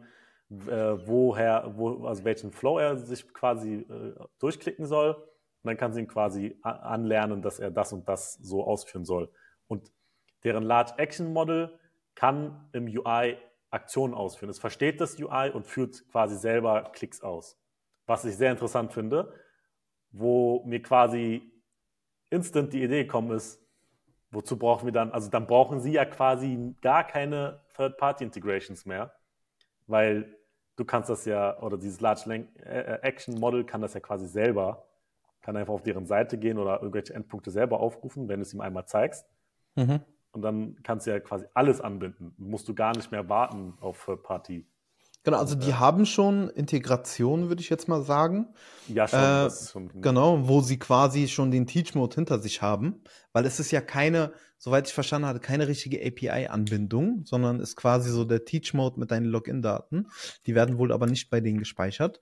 also welchen Flow er sich quasi durchklicken soll. Und dann kannst du ihn quasi anlernen, dass er das und das so ausführen soll. Und deren Large Action Model kann im UI Aktionen ausführen. Es versteht das UI und führt quasi selber Klicks aus. Was ich sehr interessant finde, wo mir quasi instant die Idee gekommen ist, wozu brauchen wir dann, also dann brauchen sie ja quasi gar keine Third-Party-Integrations mehr, weil du kannst das ja, oder dieses Large Action Model kann das ja quasi selber, kann einfach auf deren Seite gehen oder irgendwelche Endpunkte selber aufrufen, wenn du es ihm einmal zeigst. mhm. Und dann kannst du ja quasi alles anbinden. Musst du gar nicht mehr warten auf Third-Party. Genau, also die haben schon Integration, würde ich jetzt mal sagen. Ja, schon, Äh, das ist schon. genau, wo sie quasi schon den Teach-Mode hinter sich haben, weil es ist ja keine, soweit ich verstanden hatte, keine richtige API-Anbindung, sondern ist quasi so der Teach-Mode mit deinen Login-Daten. Die werden wohl aber nicht bei denen gespeichert.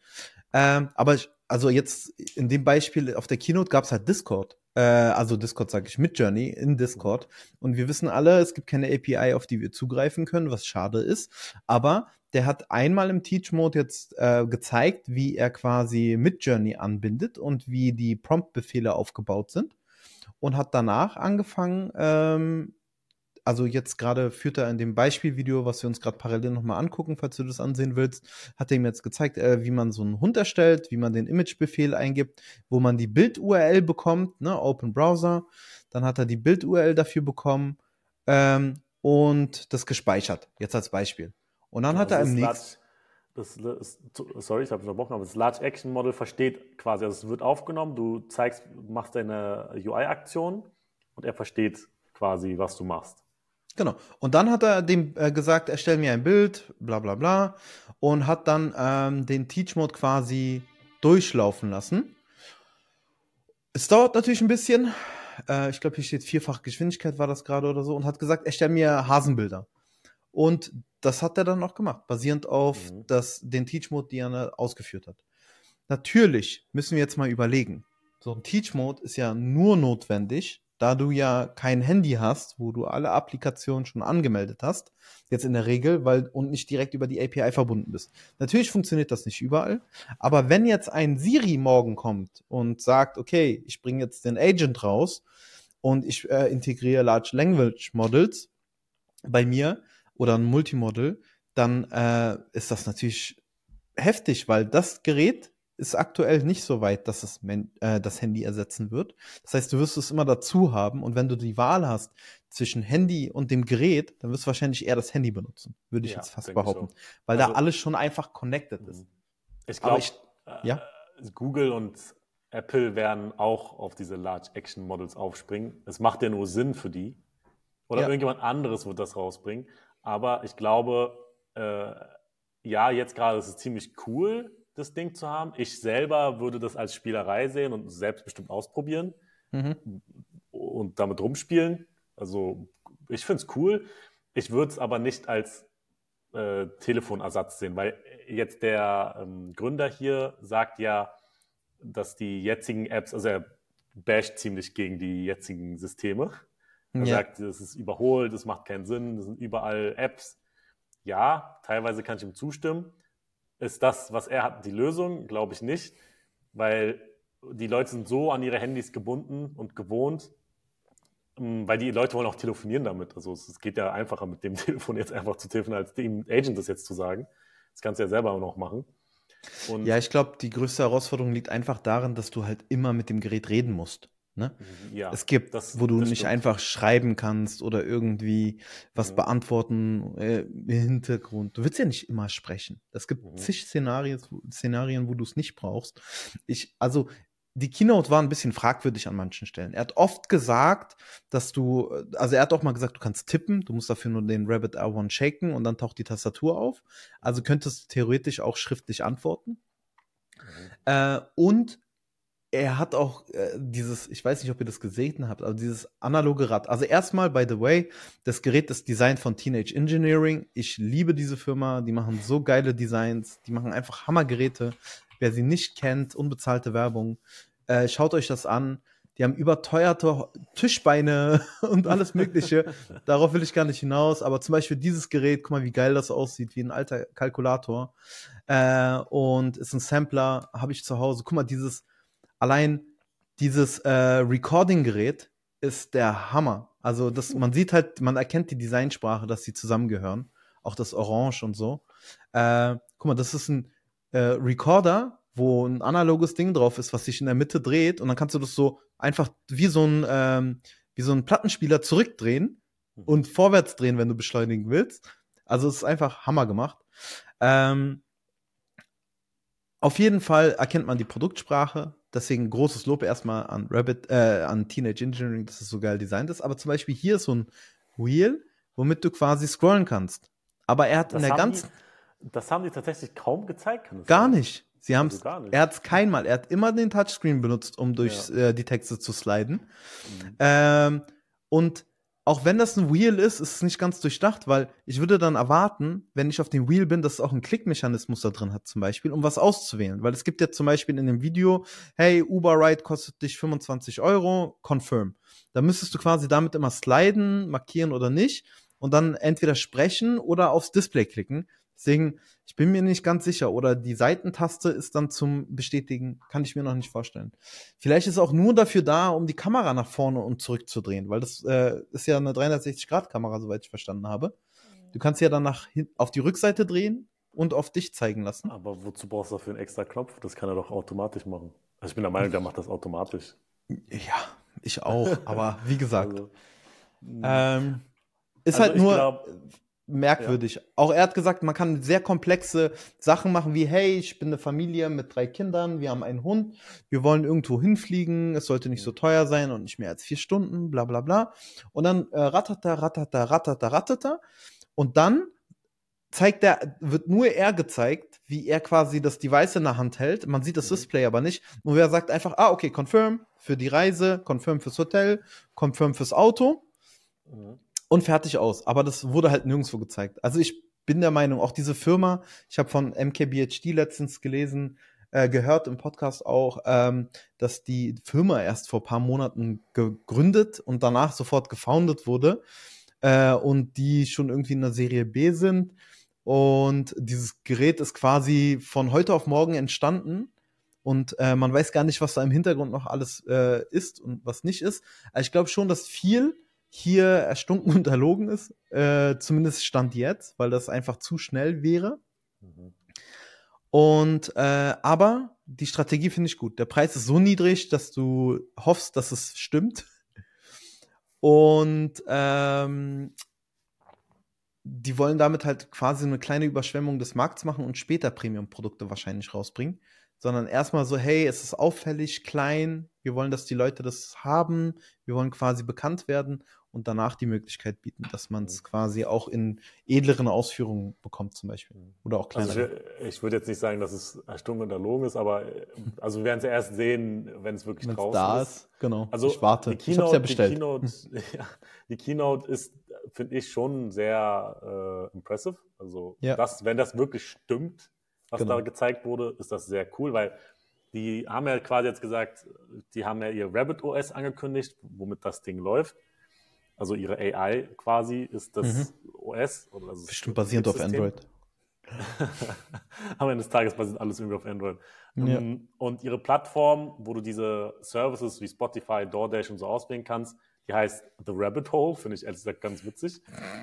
Also jetzt in dem Beispiel auf der Keynote gab es halt Discord. Also Discord sage ich, Midjourney in Discord. Und wir wissen alle, es gibt keine API, auf die wir zugreifen können, was schade ist. Aber der hat einmal im Teach-Mode jetzt gezeigt, wie er quasi Midjourney anbindet und wie die Prompt-Befehle aufgebaut sind. Und hat danach angefangen, also jetzt gerade führt er in dem Beispielvideo, was wir uns gerade parallel nochmal angucken, falls du das ansehen willst, hat er ihm jetzt gezeigt, wie man so einen Hund erstellt, wie man den Image-Befehl eingibt, wo man die Bild-URL bekommt, ne, Open Browser. Dann hat er die Bild-URL dafür bekommen und das gespeichert, jetzt als Beispiel. Und dann Genau, hat also er im nächsten, sorry, ich habe unterbrochen, aber das Large Action Model versteht quasi, also es wird aufgenommen, machst deine UI-Aktion und er versteht quasi, was du machst. genau. Und dann hat er dem gesagt, erstell mir ein Bild, bla bla bla, und hat dann den Teach-Mode quasi durchlaufen lassen. Es dauert natürlich ein bisschen. Ich glaube, hier steht vierfach Geschwindigkeit war das gerade oder so und hat gesagt, erstell mir Hasenbilder. Und das hat er dann auch gemacht, basierend auf Mhm. den Teach-Mode, den er ausgeführt hat. Natürlich müssen wir jetzt mal überlegen. So ein Teach-Mode ist ja nur notwendig, da du ja kein Handy hast, wo du alle Applikationen schon angemeldet hast, jetzt in der Regel, weil und nicht direkt über die API verbunden bist. Natürlich funktioniert das nicht überall, aber wenn jetzt ein Siri morgen kommt und sagt, okay, ich bringe jetzt den Agent raus und ich integriere Large Language Models bei mir oder ein Multimodel, dann ist das natürlich heftig, weil das Gerät ist aktuell nicht so weit, dass es das Handy ersetzen wird. Das heißt, du wirst es immer dazu haben und wenn du die Wahl hast zwischen Handy und dem Gerät, dann wirst du wahrscheinlich eher das Handy benutzen, würde ich Ja, jetzt fast denke ich behaupten, auch. weil da Also, alles schon einfach connected ist. ich Aber glaube, ich, ja, Google und Apple werden auch auf diese Large Action Models aufspringen. Es macht ja nur Sinn für die. Oder Ja. irgendjemand anderes wird das rausbringen. Aber ich glaube, ja, jetzt gerade ist es ziemlich cool, das Ding zu haben. Ich selber würde das als Spielerei sehen und selbst bestimmt ausprobieren Mhm. und damit rumspielen. Also ich finde es cool. Ich würde es aber nicht als Telefonersatz sehen, weil jetzt der Gründer hier sagt ja, dass die jetzigen Apps, also er basht ziemlich gegen die jetzigen Systeme. Er Ja. sagt, das ist überholt, das macht keinen Sinn, das sind überall Apps. Ja, teilweise kann ich ihm zustimmen. Ist das, was er hat, die Lösung? Glaube ich nicht, weil die Leute sind so an ihre Handys gebunden und gewohnt, weil die Leute wollen auch telefonieren damit. Also es geht ja einfacher, mit dem Telefon jetzt einfach zu telefonieren, als dem Agent das jetzt zu sagen. Das kannst du ja selber auch noch machen. Ja, Und ich glaube, die größte Herausforderung liegt einfach darin, dass du halt immer mit dem Gerät reden musst. Ne? ja, Es gibt, wo du das nicht stimmt. einfach schreiben kannst oder irgendwie was Mhm. beantworten im Hintergrund. Du willst ja nicht immer sprechen. Es gibt Mhm. zig Szenarien, wo du es nicht brauchst. Also die Keynote war ein bisschen fragwürdig an manchen Stellen. Er hat oft gesagt, also er hat auch mal gesagt, du kannst tippen, du musst dafür nur den Rabbit R1 shaken und dann taucht die Tastatur auf. Also könntest du theoretisch auch schriftlich antworten. Mhm. Und er hat auch ich weiß nicht, ob ihr das gesehen habt, aber dieses analoge Rad. Also erstmal, by the way, das Gerät ist Design von Teenage Engineering. Ich liebe diese Firma, die machen so geile Designs, die machen einfach Hammergeräte. Wer sie nicht kennt, unbezahlte Werbung, schaut euch das an. Die haben überteuerte Tischbeine und alles Mögliche. Darauf will ich gar nicht hinaus. Aber zum Beispiel dieses Gerät, guck mal, wie geil das aussieht, wie ein alter Kalkulator. Und ist ein Sampler, habe ich zu Hause. Guck mal, allein dieses Recording-Gerät ist der Hammer. Also man sieht halt, man erkennt die Designsprache, dass sie zusammengehören. Auch das Orange und so. Guck mal, das ist ein Recorder, wo ein analoges Ding drauf ist, was sich in der Mitte dreht. Und dann kannst du das so einfach wie so ein Plattenspieler zurückdrehen Mhm. und vorwärts drehen, wenn du beschleunigen willst. Also es ist einfach Hammer gemacht. Ähm, auf jeden Fall erkennt man die Produktsprache. Deswegen großes Lob erstmal an Teenage Engineering, dass es so geil designt ist. Aber zum Beispiel hier ist so ein Wheel, womit du quasi scrollen kannst. Aber er hat in Das der haben die, ganzen, das haben die tatsächlich kaum gezeigt, kann es gar sein? nicht. Also gar Er nicht. hat es keinmal. Er hat immer den Touchscreen benutzt, um Ja. durch die Texte zu sliden. Mhm. Und auch wenn das ein Wheel ist, ist es nicht ganz durchdacht, weil ich würde dann erwarten, wenn ich auf dem Wheel bin, dass es auch einen Klickmechanismus da drin hat, zum Beispiel, um was auszuwählen. Weil es gibt ja zum Beispiel in dem Video, hey, Uber Ride kostet dich 25 Euro, confirm. Da müsstest du quasi damit immer sliden, markieren oder nicht und dann entweder sprechen oder aufs Display klicken. Deswegen, ich bin mir nicht ganz sicher. Oder die Seitentaste ist dann zum Bestätigen, kann ich mir noch nicht vorstellen. Vielleicht ist es auch nur dafür da, um die Kamera nach vorne und zurück zu drehen, weil das ist ja eine 360-Grad-Kamera, soweit ich verstanden habe. Du kannst ja dann auf die Rückseite drehen und auf dich zeigen lassen. Aber wozu brauchst du dafür einen extra Knopf? Das kann er doch automatisch machen. Also ich bin der Meinung, der macht das automatisch. Ja, ich auch. Aber wie gesagt, Also, mh, ähm, ist also halt ich nur glaube, ja. merkwürdig. Auch er hat gesagt, man kann sehr komplexe Sachen machen, wie, hey, ich bin eine Familie mit 3 Kindern, wir haben einen Hund, wir wollen irgendwo hinfliegen, es sollte nicht so teuer sein und nicht mehr als 4 Stunden, bla bla bla. Und dann rattata. Und dann wird nur er gezeigt, wie er quasi das Device in der Hand hält. Man sieht das Mhm. Display aber nicht. Und er sagt einfach, okay, confirm für die Reise, confirm fürs Hotel, confirm fürs Auto Mhm. und fertig aus. Aber das wurde halt nirgendwo gezeigt. Also ich bin der Meinung, auch diese Firma, ich habe von MKBHD letztens gehört im Podcast auch, dass die Firma erst vor ein paar Monaten gegründet und danach sofort gefoundet wurde und die schon irgendwie in der Serie B sind. Und dieses Gerät ist quasi von heute auf morgen entstanden. Und man weiß gar nicht, was da im Hintergrund noch alles ist und was nicht ist. Also ich glaube schon, dass viel hier erstunken und erlogen ist. Zumindest Stand jetzt, weil das einfach zu schnell wäre. Mhm. Und aber die Strategie finde ich gut. Der Preis ist so niedrig, dass du hoffst, dass es stimmt. Und die wollen damit halt quasi eine kleine Überschwemmung des Markts machen und später Premium-Produkte wahrscheinlich rausbringen. sondern erstmal so, hey, es ist auffällig, klein, wir wollen, dass die Leute das haben, wir wollen quasi bekannt werden und danach die Möglichkeit bieten, dass man es quasi auch in edleren Ausführungen bekommt zum Beispiel. Oder auch Also kleinere. ich würde jetzt nicht sagen, dass es stumm und erlogen ist, aber also wir werden es ja erst sehen, wenn es wirklich Wenn es draußen da ist. ist, genau. Also Ich warte. Ich habe es ja bestellt. Ja, die Keynote ist, finde ich, schon sehr impressive. Also Ja, wenn das wirklich stimmt, was da genau. gezeigt wurde, ist das sehr cool, weil die haben ja quasi jetzt gesagt, die haben ja ihr Rabbit OS angekündigt, womit das Ding läuft. Also ihre AI quasi ist das OS oder das Bestimmt basierend auf Betriebssystem. Android. Am Ende des Tages basiert alles irgendwie auf Android. Ja. Und ihre Plattform, wo du diese Services wie Spotify, DoorDash und so auswählen kannst, die heißt The Rabbit Hole, finde ich ehrlich gesagt ganz witzig.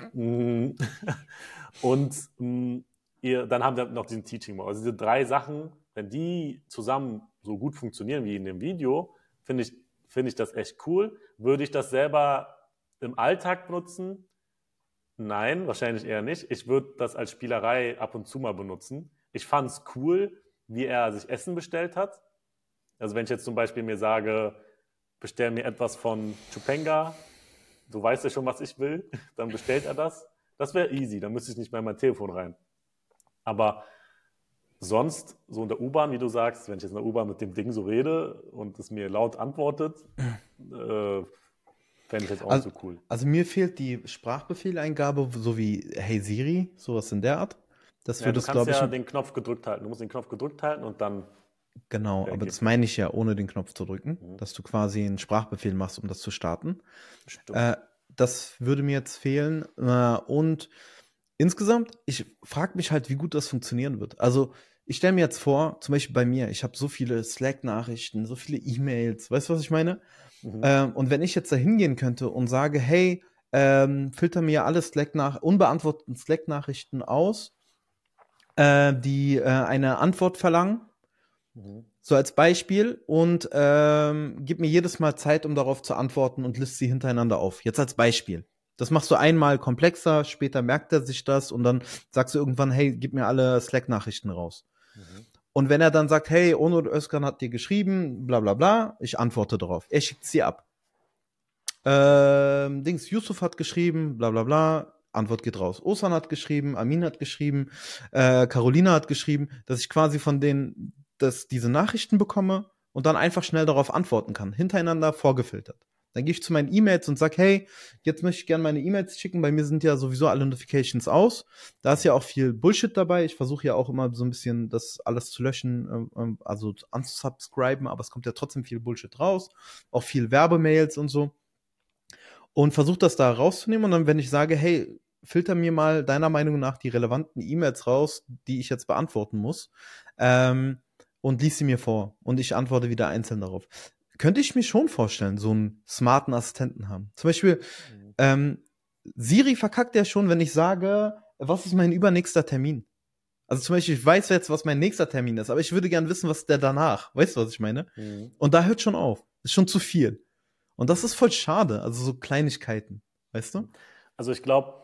Und dann haben wir noch diesen Teaching Mode. Also diese 3 Sachen, wenn die zusammen so gut funktionieren wie in dem Video, finde ich das echt cool. Würde ich das selber im Alltag benutzen? Nein, wahrscheinlich eher nicht. Ich würde das als Spielerei ab und zu mal benutzen. Ich fand es cool, wie er sich Essen bestellt hat. Also wenn ich jetzt zum Beispiel mir sage, bestell mir etwas von Chupenga, du weißt ja schon, was ich will, dann bestellt er das. Das wäre easy, dann müsste ich nicht mehr in mein Telefon rein. Aber sonst, so in der U-Bahn, wie du sagst, wenn ich jetzt in der U-Bahn mit dem Ding so rede und es mir laut antwortet, fände ich jetzt auch nicht so cool. Also mir fehlt die Sprachbefehleingabe, so wie Hey Siri, sowas in der Art. Das Ja, würde du es, kannst glaube ich, ja den Knopf gedrückt halten. Du musst den Knopf gedrückt halten und dann genau, aber reagiert das er. meine ich ja, ohne den Knopf zu drücken, dass du quasi einen Sprachbefehl machst, um das zu starten. Stimmt. Das würde mir jetzt fehlen. Und insgesamt, ich frage mich halt, wie gut das funktionieren wird. Also, ich stelle mir jetzt vor, zum Beispiel bei mir, ich habe so viele Slack-Nachrichten, so viele E-Mails, weißt du, was ich meine? Und wenn ich jetzt da hingehen könnte und sage, hey, filter mir alle unbeantworteten Slack-Nachrichten aus, die eine Antwort verlangen, so als Beispiel, und gib mir jedes Mal Zeit, um darauf zu antworten und list sie hintereinander auf. Jetzt als Beispiel. Das machst du einmal komplexer, später merkt er sich das und dann sagst du irgendwann, hey, gib mir alle Slack-Nachrichten raus. Und wenn er dann sagt, hey, Onur Özkan hat dir geschrieben, bla bla bla, ich antworte darauf. Er schickt sie ab. Yusuf hat geschrieben, bla bla bla, Antwort geht raus. Osan hat geschrieben, Amin hat geschrieben, Carolina hat geschrieben, dass ich quasi von denen diese Nachrichten bekomme und dann einfach schnell darauf antworten kann, hintereinander vorgefiltert. Dann gehe ich zu meinen E-Mails und sage, hey, jetzt möchte ich gerne meine E-Mails schicken. Bei mir sind ja sowieso alle Notifications aus. Da ist ja auch viel Bullshit dabei. Ich versuche ja auch immer so ein bisschen das alles zu löschen, also unsubscriben, aber es kommt ja trotzdem viel Bullshit raus. Auch viel Werbemails und so. Und versuche das da rauszunehmen. Und dann, wenn ich sage, hey, filter mir mal deiner Meinung nach die relevanten E-Mails raus, die ich jetzt beantworten muss, und lies sie mir vor. Und ich antworte wieder einzeln darauf. Könnte ich mir schon vorstellen, so einen smarten Assistenten haben. Zum Beispiel, Siri verkackt ja schon, wenn ich sage, was ist mein übernächster Termin? Also zum Beispiel, ich weiß jetzt, was mein nächster Termin ist, aber ich würde gern wissen, was der danach. Weißt du, was ich meine? Und da hört schon auf. Das ist schon zu viel. Und das ist voll schade. Also so Kleinigkeiten. Weißt du? Also ich glaube,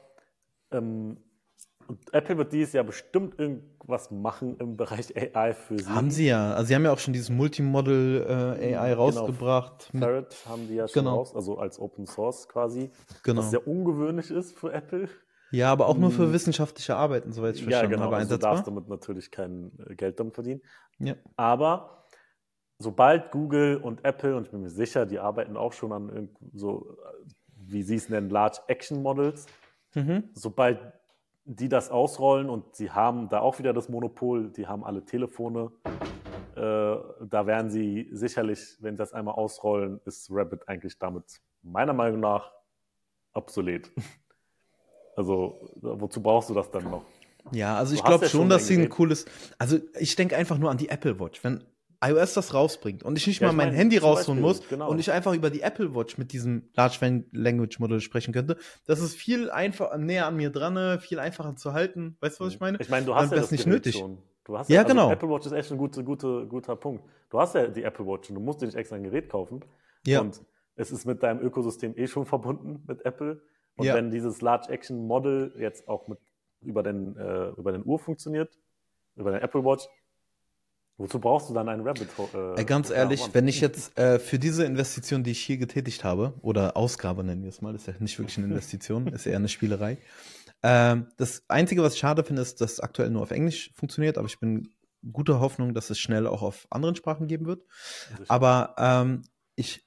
Apple wird dieses Jahr bestimmt irgendwas machen im Bereich AI für sie. Haben sie ja. Also sie haben ja auch schon dieses Multimodel AI rausgebracht. Genau, Ferret haben die ja schon raus, also als Open Source quasi. Genau. Was sehr ungewöhnlich ist für Apple. Ja, aber auch nur für wissenschaftliche Arbeiten, soweit ich verstanden habe, also du einsetzbar. darfst damit natürlich kein Geld damit verdienen. Ja. Aber sobald Google und Apple, und ich bin mir sicher, die arbeiten auch schon an so, wie sie es nennen, Large Action Models, sobald die das ausrollen und sie haben da auch wieder das Monopol, die haben alle Telefone, da werden sie sicherlich, wenn sie das einmal ausrollen, ist Rabbit eigentlich damit meiner Meinung nach obsolet. Also wozu brauchst du das dann noch? Ja, also ich Du hast glaube ja schon, schon dass dein sie ein Gerät. cooles. Also ich denke einfach nur an die Apple Watch. Wenn iOS das rausbringt und ich nicht Ja, mal ich mein meine, Handy zum rausholen Beispiel, muss genau. und ich einfach über die Apple Watch mit diesem Large Language Model sprechen könnte, das ist viel einfacher, näher an mir dran, viel einfacher zu halten. Weißt du, was ich meine? Ich meine, du Dann hast ja wäre das es nicht Gerät nötig. schon. Du hast Ja, also genau. Apple Watch ist echt ein guter Punkt. Du hast ja die Apple Watch und du musst dir nicht extra ein Gerät kaufen. Ja. Und es ist mit deinem Ökosystem eh schon verbunden mit Apple. Und Ja. wenn dieses Large Action Model jetzt auch über den Uhr funktioniert, über den Apple Watch, Wozu brauchst du dann einen Rabbit Hole? Ganz Ja, ehrlich, Mann. wenn ich jetzt für diese Investition, die ich hier getätigt habe, oder Ausgabe nennen wir es mal, ist ja nicht wirklich eine Investition, ist eher eine Spielerei. Das Einzige, was ich schade finde, ist, dass es aktuell nur auf Englisch funktioniert, aber ich bin guter Hoffnung, dass es schnell auch auf anderen Sprachen geben wird. Sicher. Aber ich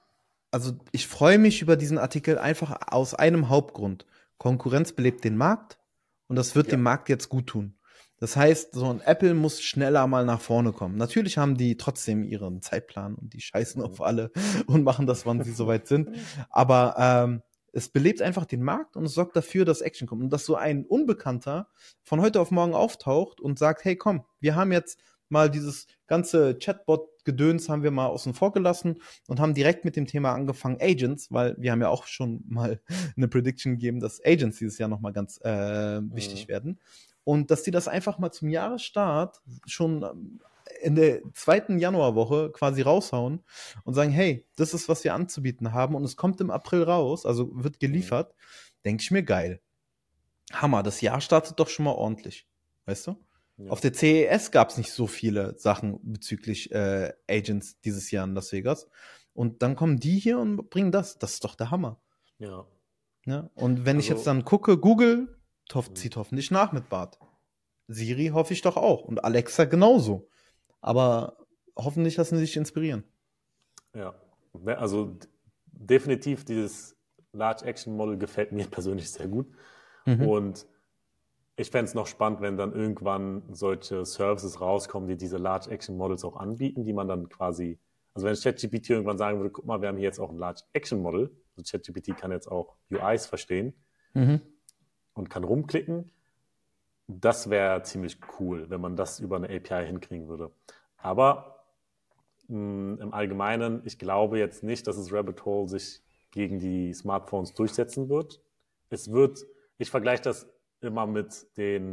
freue mich über diesen Artikel einfach aus einem Hauptgrund. Konkurrenz belebt den Markt und das wird Ja. dem Markt jetzt gut tun. Das heißt, so ein Apple muss schneller mal nach vorne kommen. Natürlich haben die trotzdem ihren Zeitplan und die scheißen auf alle und machen das, wann sie soweit sind. Aber es belebt einfach den Markt und es sorgt dafür, dass Action kommt. Und dass so ein Unbekannter von heute auf morgen auftaucht und sagt, hey komm, wir haben jetzt mal dieses ganze Chatbot-Gedöns haben wir mal außen vor gelassen und haben direkt mit dem Thema angefangen, Agents, weil wir haben ja auch schon mal eine Prediction gegeben, dass Agents dieses Jahr nochmal ganz wichtig werden. Und dass die das einfach mal zum Jahresstart schon in der 2. Januarwoche quasi raushauen und sagen, hey, das ist, was wir anzubieten haben und es kommt im April raus, also wird geliefert, denke ich mir, geil. Hammer, das Jahr startet doch schon mal ordentlich, weißt du? Ja. Auf der CES gab es nicht so viele Sachen bezüglich Agents dieses Jahr in Las Vegas. Und dann kommen die hier und bringen das. Das ist doch der Hammer. Ja. Ja? Und wenn ich Also- jetzt dann gucke, Google zieht hoffentlich nach mit Bart. Siri hoffe ich doch auch. Und Alexa genauso. Aber hoffentlich lassen sie sich inspirieren. Ja, also definitiv dieses Large Action Model gefällt mir persönlich sehr gut. Und ich fände es noch spannend, wenn dann irgendwann solche Services rauskommen, die diese Large Action Models auch anbieten, die man dann quasi, also wenn ChatGPT irgendwann sagen würde, guck mal, wir haben hier jetzt auch ein Large Action Model, also ChatGPT kann jetzt auch UIs verstehen und kann rumklicken, das wäre ziemlich cool, wenn man das über eine API hinkriegen würde. Aber im Allgemeinen, ich glaube jetzt nicht, dass es Rabbit Hole sich gegen die Smartphones durchsetzen wird. Ich vergleiche das immer mit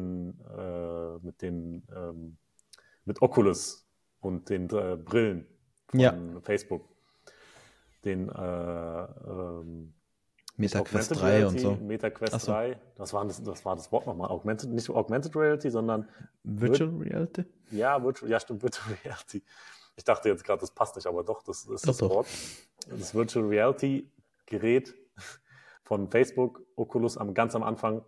mit Oculus und den Brillen von Facebook. Den MetaQuest 3 und so. MetaQuest 3. Das war das Wort nochmal. Nicht Augmented Reality, sondern Virtual Reality? Ja, stimmt, Virtual Reality. Ich dachte jetzt gerade, das passt nicht, aber doch, das ist das Wort. Das Virtual Reality Gerät von Facebook, Oculus ganz am Anfang.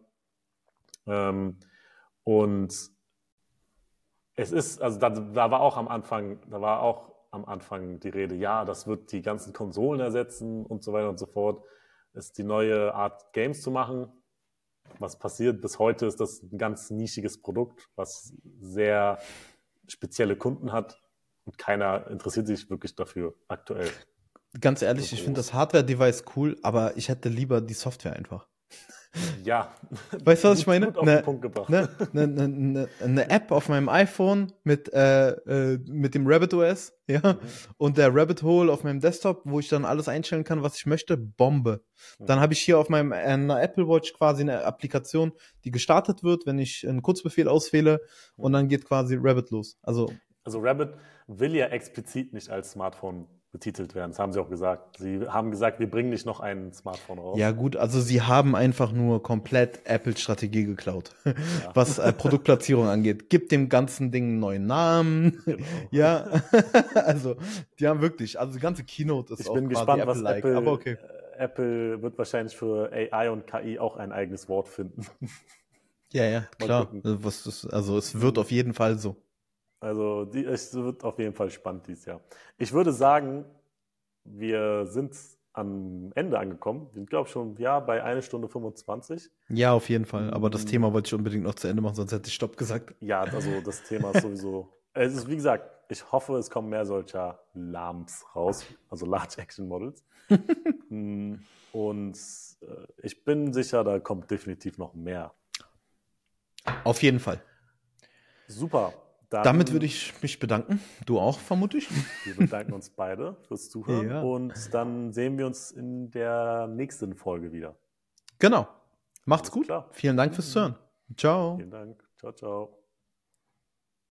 Und es ist, also da war auch am Anfang die Rede, ja, das wird die ganzen Konsolen ersetzen und so weiter und so fort. Es ist die neue Art, Games zu machen. Was passiert bis heute, ist das ein ganz nischiges Produkt, was sehr spezielle Kunden hat und keiner interessiert sich wirklich dafür aktuell. Ganz ehrlich, ich finde das Hardware-Device cool, aber ich hätte lieber die Software einfach. Ja. Weißt du, was ich meine? Gut auf den Punkt gebracht. Eine App auf meinem iPhone mit dem Rabbit OS, ja, und der Rabbit Hole auf meinem Desktop, wo ich dann alles einstellen kann, was ich möchte, Bombe. Dann habe ich hier auf meinem einer Apple Watch quasi eine Applikation, die gestartet wird, wenn ich einen Kurzbefehl auswähle und dann geht quasi Rabbit los. Also Rabbit will ja explizit nicht als Smartphone betitelt werden. Das haben sie auch gesagt. Sie haben gesagt, wir bringen nicht noch ein Smartphone raus. Ja gut, also sie haben einfach nur komplett Apples Strategie geklaut, was Produktplatzierung angeht. Gibt dem ganzen Ding einen neuen Namen. Genau. Ja, also die haben wirklich, also die ganze Keynote ist ich auch bin quasi gespannt, was Apple-like, aber okay. Apple wird wahrscheinlich für AI und KI auch ein eigenes Wort finden. Ja, klar. Also es wird auf jeden Fall so. Also es wird auf jeden Fall spannend dieses Jahr. Ich würde sagen, wir sind am Ende angekommen. Wir sind, glaube ich, schon bei 1 Stunde 25. Ja, auf jeden Fall. Aber das Thema wollte ich unbedingt noch zu Ende machen, sonst hätte ich Stopp gesagt. Ja, also das Thema ist sowieso... Es ist, wie gesagt, ich hoffe, es kommen mehr solcher LAMs raus, also Large Action Models. Und ich bin sicher, da kommt definitiv noch mehr. Auf jeden Fall. Super. Damit würde ich mich bedanken. Du auch, vermute ich. Wir bedanken uns beide fürs Zuhören. Ja. Und dann sehen wir uns in der nächsten Folge wieder. Genau. Macht's gut. Klar. Vielen Dank fürs Zuhören. Ciao. Vielen Dank. Ciao, ciao.